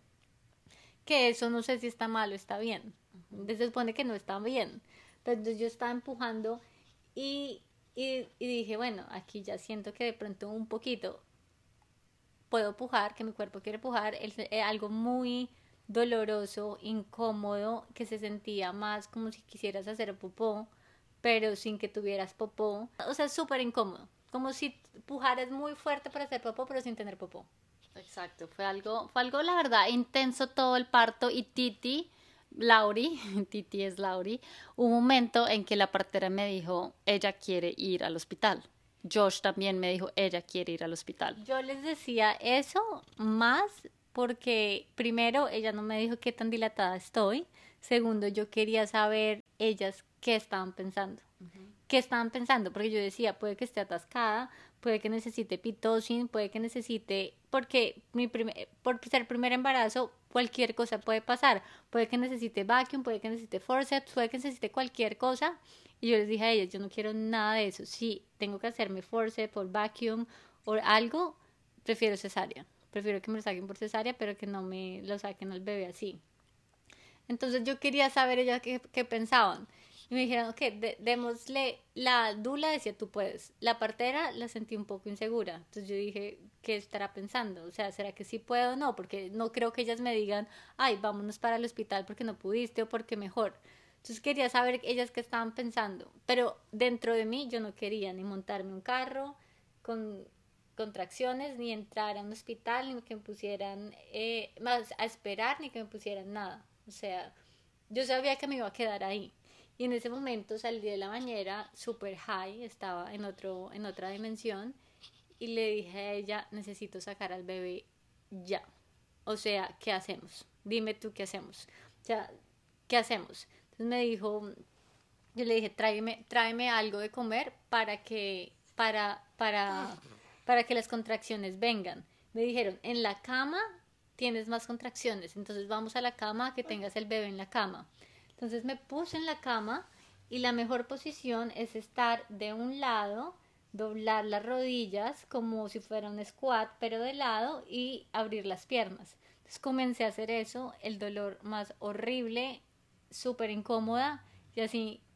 Que eso no sé si está mal o está bien. Se supone que no está bien. Pero entonces yo estaba empujando y, y dije, bueno, aquí ya siento que de pronto un poquito puedo pujar, que mi cuerpo quiere pujar, algo muy doloroso, incómodo, que se sentía más como si quisieras hacer popó, pero sin que tuvieras popó. O sea, súper incómodo. Como si pujaras muy fuerte para hacer popó, pero sin tener popó. Exacto, fue algo la verdad intenso todo el parto y Lauri, Titi es Lauri, un momento en que la partera me dijo, ella quiere ir al hospital. Josh también me dijo, ella quiere ir al hospital. Yo les decía eso más porque primero ella no me dijo qué tan dilatada estoy, segundo yo quería saber ellas qué estaban pensando. ¿Qué estaban pensando? Porque yo decía, puede que esté atascada, puede que necesite pitocin, puede que necesite, porque por ser primer embarazo, cualquier cosa puede pasar. Puede que necesite vacuum, puede que necesite forceps, puede que necesite cualquier cosa. Y yo les dije a ellas, yo no quiero nada de eso. Si tengo que hacerme forceps o vacuum o algo, prefiero cesárea. Prefiero que me lo saquen por cesárea, pero que no me lo saquen al bebé así. Entonces yo quería saber ellas qué pensaban. Y me dijeron, ok, démosle, la dula decía, tú puedes. La partera la sentí un poco insegura. Entonces yo dije, ¿qué estará pensando? O sea, ¿será que sí puedo o no? Porque no creo que ellas me digan, ay, vámonos para el hospital porque no pudiste o porque mejor. Entonces quería saber ellas qué estaban pensando. Pero dentro de mí yo no quería ni montarme un carro con contracciones, ni entrar a un hospital, ni que me pusieran más a esperar, ni que me pusieran nada. O sea, yo sabía que me iba a quedar ahí. Y en ese momento salí de la bañera super high, estaba en otra dimensión, y le dije a ella, necesito sacar al bebé ya. O sea, ¿qué hacemos? Dime tú qué hacemos. O sea, ¿qué hacemos? Entonces me dijo, yo le dije, tráeme algo de comer para que las contracciones vengan. Me dijeron, en la cama tienes más contracciones, entonces vamos a la cama que tengas el bebé en la cama. Entonces me puse en la cama y la mejor posición es estar de un lado, doblar las rodillas como si fuera un squat, pero de lado y abrir las piernas. Entonces comencé a hacer eso, el dolor más horrible, súper incómoda y así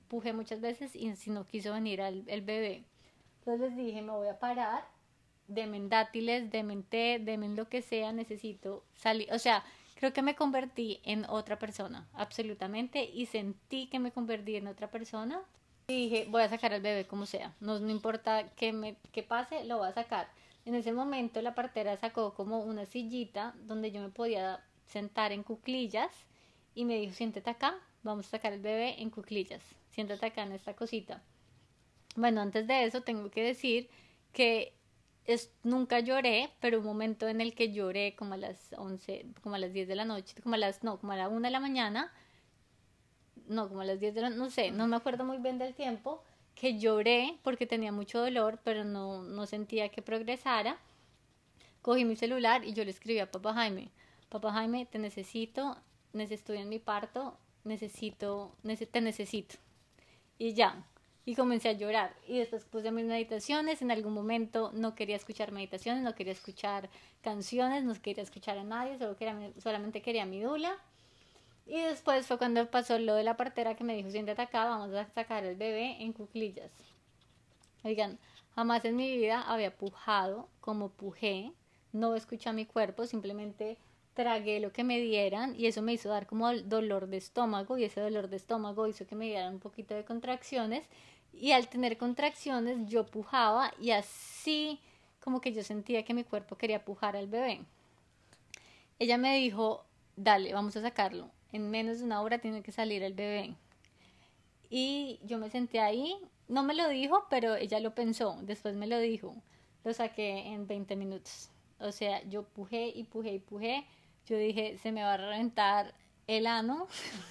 pujé muchas veces y si no quiso venir el bebé. Entonces les dije, me voy a parar, denme dátiles, denme té, denme lo que sea, necesito salir. O sea, creo que me convertí en otra persona, absolutamente, y sentí que me convertí en otra persona. Y dije, voy a sacar al bebé como sea, no importa que pase, lo voy a sacar. En ese momento la partera sacó como una sillita donde yo me podía sentar en cuclillas y me dijo, siéntate acá, vamos a sacar el bebé en cuclillas, siéntate acá en esta cosita. Bueno, antes de eso tengo que decir que nunca lloré, pero un momento en el que lloré como a las 11, como a las 10 de la noche, como a la 1 de la mañana, no, como a las 10 de la no sé, no me acuerdo muy bien del tiempo, que lloré porque tenía mucho dolor, pero no sentía que progresara. Cogí mi celular y yo le escribí a papá Jaime, te necesito, estoy en mi parto, te necesito. Y ya, y comencé a llorar. Y después puse mis meditaciones, en algún momento no quería escuchar meditaciones, no quería escuchar canciones, no quería escuchar a nadie, solamente quería mi dula. Y después fue cuando pasó lo de la partera que me dijo, siéntate acá, vamos a sacar el bebé en cuclillas. Oigan, jamás en mi vida había pujado como pujé, no escuché a mi cuerpo, simplemente tragué lo que me dieran y eso me hizo dar como dolor de estómago y ese dolor de estómago hizo que me dieran un poquito de contracciones y al tener contracciones yo pujaba y así como que yo sentía que mi cuerpo quería pujar al bebé. Ella me dijo, dale, vamos a sacarlo, en menos de una hora tiene que salir el bebé. Y yo me senté ahí, no me lo dijo, pero ella lo pensó, después me lo dijo, lo saqué en 20 minutos. O sea, yo pujé y pujé y pujé, yo dije, se me va a reventar el ano,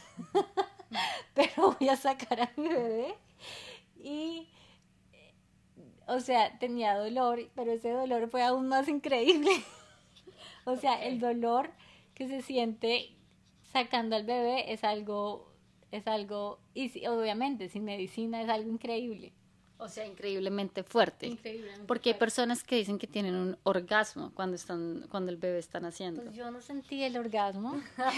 pero voy a sacar a mi bebé. Y, o sea, tenía dolor, pero ese dolor fue aún más increíble. O sea, el dolor que se siente sacando al bebé es algo, y obviamente sin medicina es algo increíble. O sea, increíblemente fuerte. Increíblemente Porque hay fuerte. personas que dicen que tienen un orgasmo cuando el bebé está naciendo. Pues yo no sentí el orgasmo.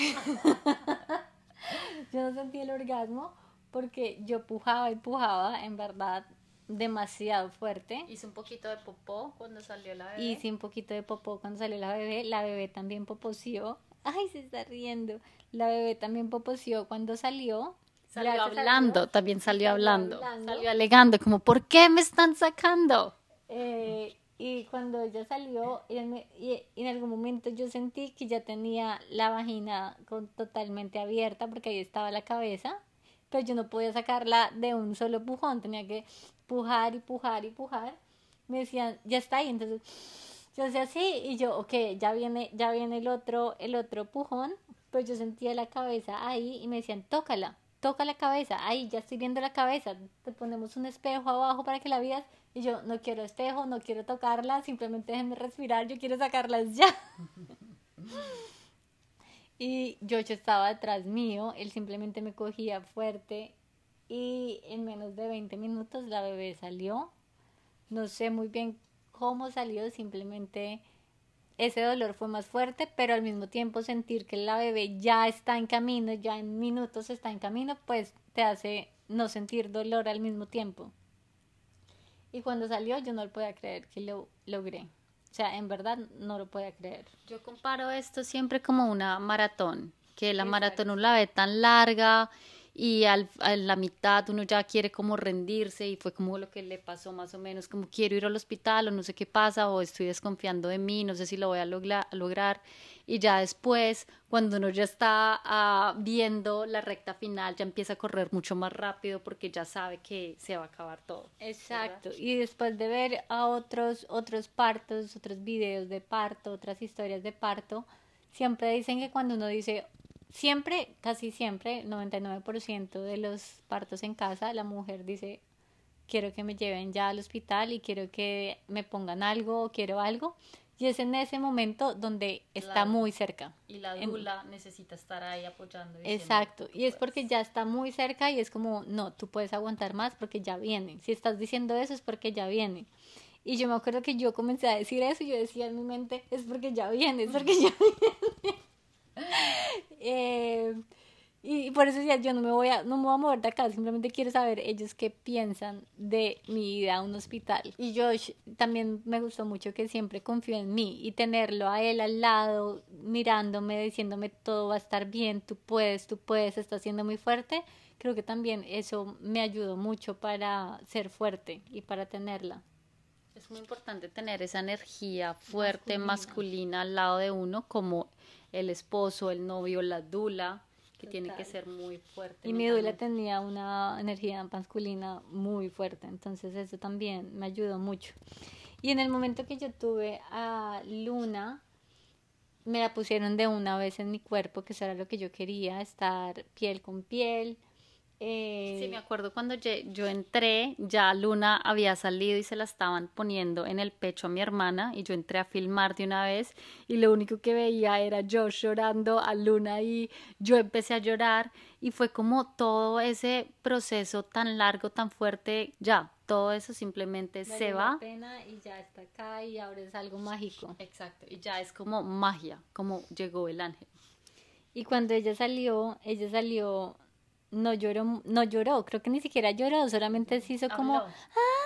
Yo no sentí el orgasmo porque yo pujaba y pujaba, en verdad, demasiado fuerte. Hice un poquito de popó cuando salió la bebé. Hice un poquito de popó cuando salió la bebé también poposió. Ay, se está riendo. La bebé también poposió cuando salió. Salió hablando, también salió hablando. Salió alegando, como, ¿por qué me están sacando? Y cuando ella salió, y en algún momento yo sentí que ya tenía la vagina totalmente abierta porque ahí estaba la cabeza, pero yo no podía sacarla de un solo pujón, tenía que pujar y pujar y pujar. Me decían, ya está ahí, entonces yo hacía así y yo, ok, ya viene el otro pujón, pero yo sentía la cabeza ahí y me decían, toca la cabeza, ahí ya estoy viendo la cabeza, te ponemos un espejo abajo para que la veas. Y yo, no quiero espejo, no quiero tocarla, simplemente déjenme respirar, yo quiero sacarlas ya. Y yo estaba detrás mío, él simplemente me cogía fuerte y en menos de 20 minutos la bebé salió. No sé muy bien cómo salió, simplemente ese dolor fue más fuerte, pero al mismo tiempo sentir que la bebé ya está en camino, ya en minutos está en camino, pues te hace no sentir dolor al mismo tiempo. Y cuando salió yo no lo podía creer que lo logré. O sea, en verdad no lo podía creer. Yo comparo esto siempre como una maratón, que la Exacto. maratón uno la ve tan larga y a la mitad uno ya quiere como rendirse y fue como lo que le pasó más o menos, como quiero ir al hospital o no sé qué pasa o estoy desconfiando de mí, no sé si lo voy a lograr y ya después cuando uno ya está viendo la recta final ya empieza a correr mucho más rápido porque ya sabe que se va a acabar todo. Exacto. ¿Verdad? Y después de ver a otros partos, otros videos de parto, otras historias de parto, siempre dicen que cuando uno dice, siempre, casi siempre, 99% de los partos en casa, la mujer dice, quiero que me lleven ya al hospital y quiero que me pongan algo, quiero algo. Y es en ese momento donde está muy cerca. Y la dula necesita estar ahí apoyando. Exacto. Y es porque ya está muy cerca y es como, no, tú puedes aguantar más porque ya viene. Si estás diciendo eso es porque ya viene. Y yo me acuerdo que yo comencé a decir eso y yo decía en mi mente, es porque ya viene, es porque ya viene. Y por eso decía, yo no me voy a mover de acá, simplemente quiero saber ellos qué piensan de mi ida a un hospital. Y Josh también me gustó mucho que siempre confió en mí y tenerlo a él al lado, mirándome, diciéndome todo va a estar bien, tú puedes, estás siendo muy fuerte. Creo que también eso me ayudó mucho para ser fuerte y para tenerla. Es muy importante tener esa energía fuerte, Masculina. masculina al lado de uno, como el esposo, el novio, la dula, que tiene que Total. ser muy fuerte Y mi dula mentalmente. tenía una energía masculina muy fuerte, entonces eso también me ayudó mucho. Y en el momento que yo tuve a Luna, me la pusieron de una vez en mi cuerpo, que eso era lo que yo quería, estar piel con piel. Sí, me Eh, acuerdo cuando yo entré, ya Luna había salido y se la estaban poniendo en el pecho a mi hermana y yo entré a filmar de una vez y lo único que veía era yo llorando a Luna y yo empecé a llorar y fue como todo ese proceso tan largo, tan fuerte, ya, todo eso simplemente se valió la va. pena y ya está acá y ahora es algo mágico. Exacto, y ya es como magia, como llegó el ángel. Y cuando ella salió, no lloró, creo que ni siquiera lloró, solamente se hizo como, Habló.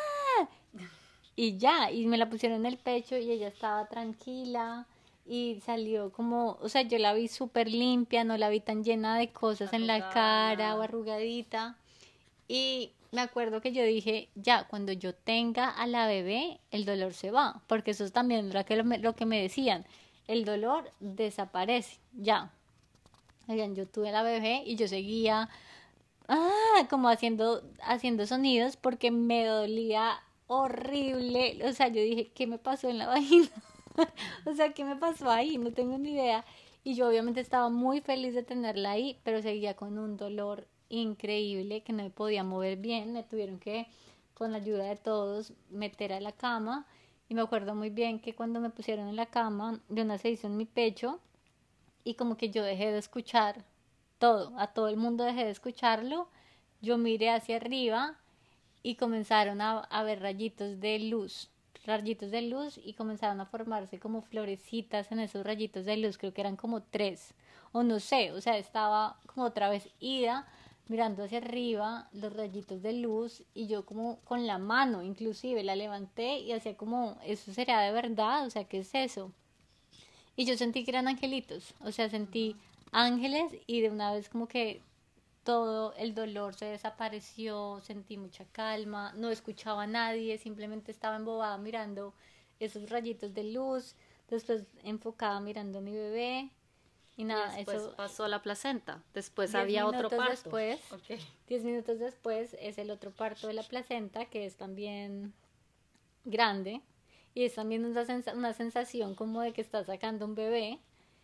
y ya, y me la pusieron en el pecho y ella estaba tranquila y salió como, o sea, yo la vi súper limpia, no la vi tan llena de cosas en la cara o Arrugada. arrugadita. Y me acuerdo que yo dije, ya, cuando yo tenga a la bebé, el dolor se va, porque eso es también lo que me decían, el dolor desaparece, ya. Oigan, yo tuve a la bebé y yo seguía como haciendo sonidos porque me dolía horrible. O sea, yo dije, ¿qué me pasó en la vagina? O sea, ¿qué me pasó ahí? No tengo ni idea. Y yo obviamente estaba muy feliz de tenerla ahí, pero seguía con un dolor increíble que no me podía mover bien. Me tuvieron que, con la ayuda de todos, meter a la cama. Y me acuerdo muy bien que cuando me pusieron en la cama, de una se hizo en mi pecho y como que yo dejé de escuchar todo, a todo el mundo dejé de escucharlo, yo miré hacia arriba y comenzaron a ver rayitos de luz y comenzaron a formarse como florecitas en esos rayitos de luz, creo que eran como tres, o no sé, o sea, estaba como otra vez ida mirando hacia arriba los rayitos de luz y yo como con la mano inclusive la levanté y hacía como, ¿eso será de verdad? O sea, ¿qué es eso? Y yo sentí que eran angelitos, o sea, sentí ángeles y de una vez como que todo el dolor se desapareció, sentí mucha calma, no escuchaba a nadie, simplemente estaba embobada mirando esos rayitos de luz, después enfocada mirando a mi bebé y Y nada, después eso pasó la placenta. Después diez había otro minutos parto. después, Ok. 10 minutos después es el otro parto de la placenta que es también grande y es también una sensación como de que estás sacando un bebé.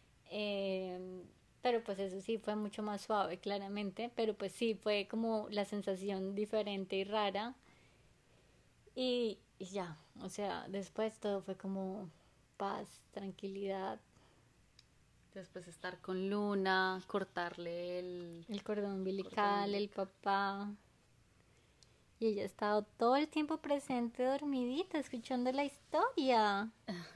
Pero pues eso sí fue mucho más suave, claramente. Pero pues sí fue como la sensación diferente y rara. Y ya, o sea, después todo fue como paz, tranquilidad. Después estar con Luna, cortarle El cordón cordón umbilical, el umbilical. papá. Y ella ha estado todo el tiempo presente, dormidita, escuchando la historia.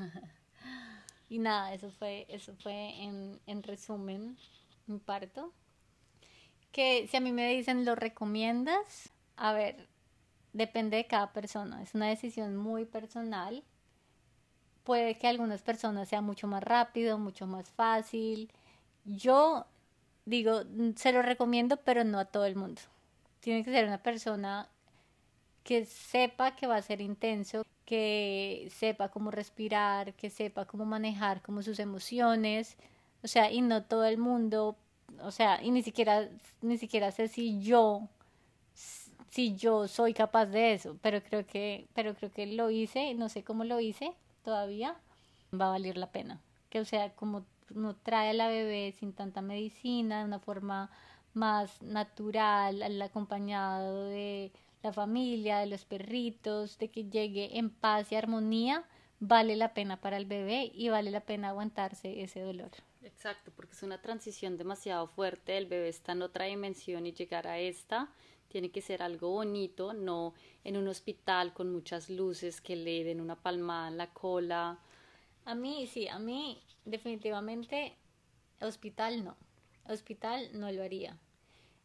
Y nada, eso fue en resumen mi parto. Que si a mí me dicen, ¿lo recomiendas? A ver, depende de cada persona. Es una decisión muy personal. Puede que a algunas personas sea mucho más rápido, mucho más fácil. Yo digo, se lo recomiendo, pero no a todo el mundo. Tiene que ser una persona que sepa que va a ser intenso, que sepa cómo respirar, que sepa cómo manejar como sus emociones. O sea, y no todo el mundo, o sea, y ni siquiera sé si yo soy capaz de eso, pero creo que lo hice, no sé cómo lo hice todavía, va a valer la pena. Que o sea, como uno trae a la bebé sin tanta medicina, de una forma más natural, al acompañado de la familia, de los perritos, de que llegue en paz y armonía, vale la pena para el bebé y vale la pena aguantarse ese dolor. Exacto, porque es una transición demasiado fuerte. El bebé está en otra dimensión y llegar a esta tiene que ser algo bonito, no en un hospital con muchas luces que le den una palmada en la cola. A mí, sí, a mí definitivamente hospital no lo haría.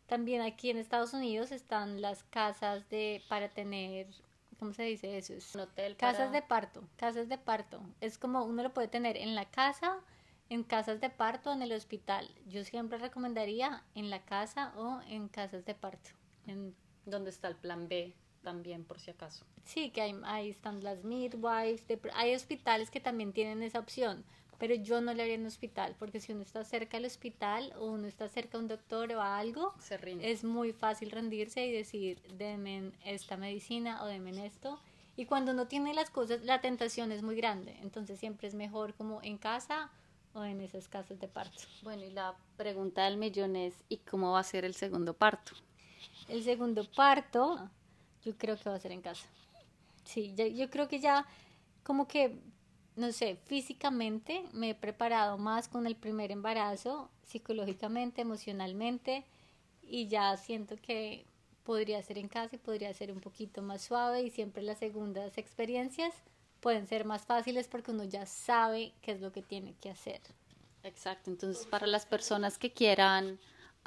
también aquí en Estados Unidos están las casas para tener, ¿cómo se dice eso? Un hotel Casas para... de parto, casas de parto. Es como uno lo puede tener en la casa, en casas de parto, en el hospital. Yo siempre recomendaría en la casa o en casas de parto. ¿Dónde está el plan B también, por si acaso? Sí, que ahí están las midwives. Hay hospitales que también tienen esa opción, pero yo no le haría en un hospital, porque si uno está cerca del hospital o uno está cerca de un doctor o algo, Se rinde. es muy fácil rendirse y decir, denme esta medicina o denme esto. Y cuando uno tiene las cosas, la tentación es muy grande, entonces siempre es mejor como en casa o en esas casas de parto. Bueno, y la pregunta del millón es, ¿y cómo va a ser el segundo parto? El segundo parto, yo creo que va a ser en casa. Sí, yo creo que ya como que, no sé, físicamente me he preparado más con el primer embarazo, psicológicamente, emocionalmente, y ya siento que podría ser en casa y podría ser un poquito más suave y siempre las segundas experiencias pueden ser más fáciles porque uno ya sabe qué es lo que tiene que hacer. Exacto, entonces para las personas que quieran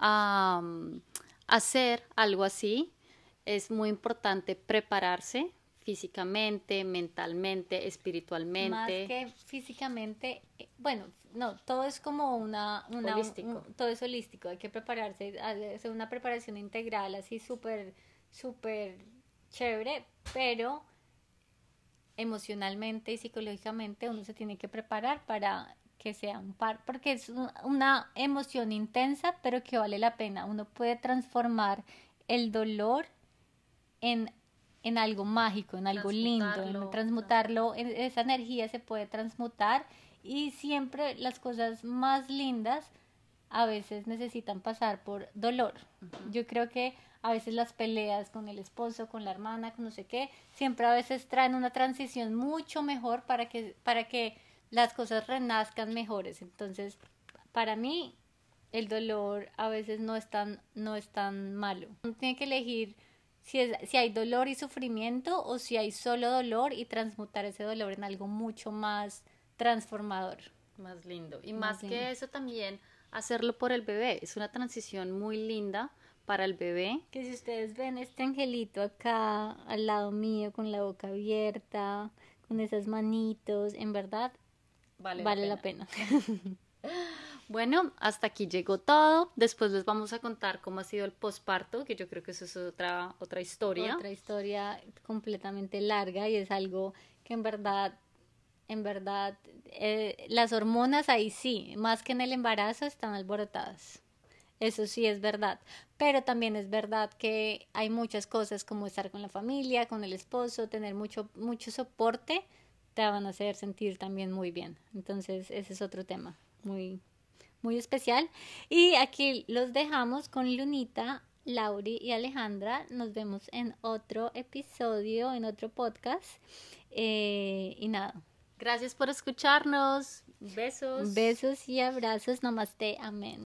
hacer algo así, es muy importante prepararse físicamente, mentalmente, Más espiritualmente, que físicamente, bueno, no, todo es como holístico. todo es holístico, hay que prepararse, hacer una preparación integral así súper, súper chévere, pero emocionalmente y psicológicamente uno se tiene que preparar para que sea un par, porque es una emoción intensa, pero que vale la pena. Uno puede transformar el dolor en, en algo mágico, en algo lindo, en transmutarlo, esa energía se puede transmutar y siempre las cosas más lindas a veces necesitan pasar por dolor. Yo creo que a veces las peleas con el esposo, con la hermana, con no sé qué, siempre a veces traen una transición mucho mejor para que las cosas renazcan mejores. Entonces, para mí, el dolor a veces no es tan malo. Uno tiene que elegir si hay dolor y sufrimiento o si hay solo dolor y transmutar ese dolor en algo mucho más transformador. Más lindo. Y Más más lindo. que eso también, hacerlo por el bebé. Es una transición muy linda para el bebé. Que si ustedes ven este angelito acá al lado mío con la boca abierta, con esas manitos, en verdad vale la pena. Bueno, hasta aquí llegó todo. Después les vamos a contar cómo ha sido el posparto, que yo creo que eso es otra historia. Otra historia completamente larga y es algo que en verdad, las hormonas ahí sí, más que en el embarazo, están alborotadas. Eso sí es verdad. Pero también es verdad que hay muchas cosas como estar con la familia, con el esposo, tener mucho, mucho soporte, te van a hacer sentir también muy bien. Entonces, ese es otro tema muy, muy especial. Y aquí los dejamos con Lunita, Lauri y Alejandra. Nos vemos en otro episodio, en otro podcast. Y nada, Gracias por escucharnos. Besos. besos y abrazos. Namaste. Amén.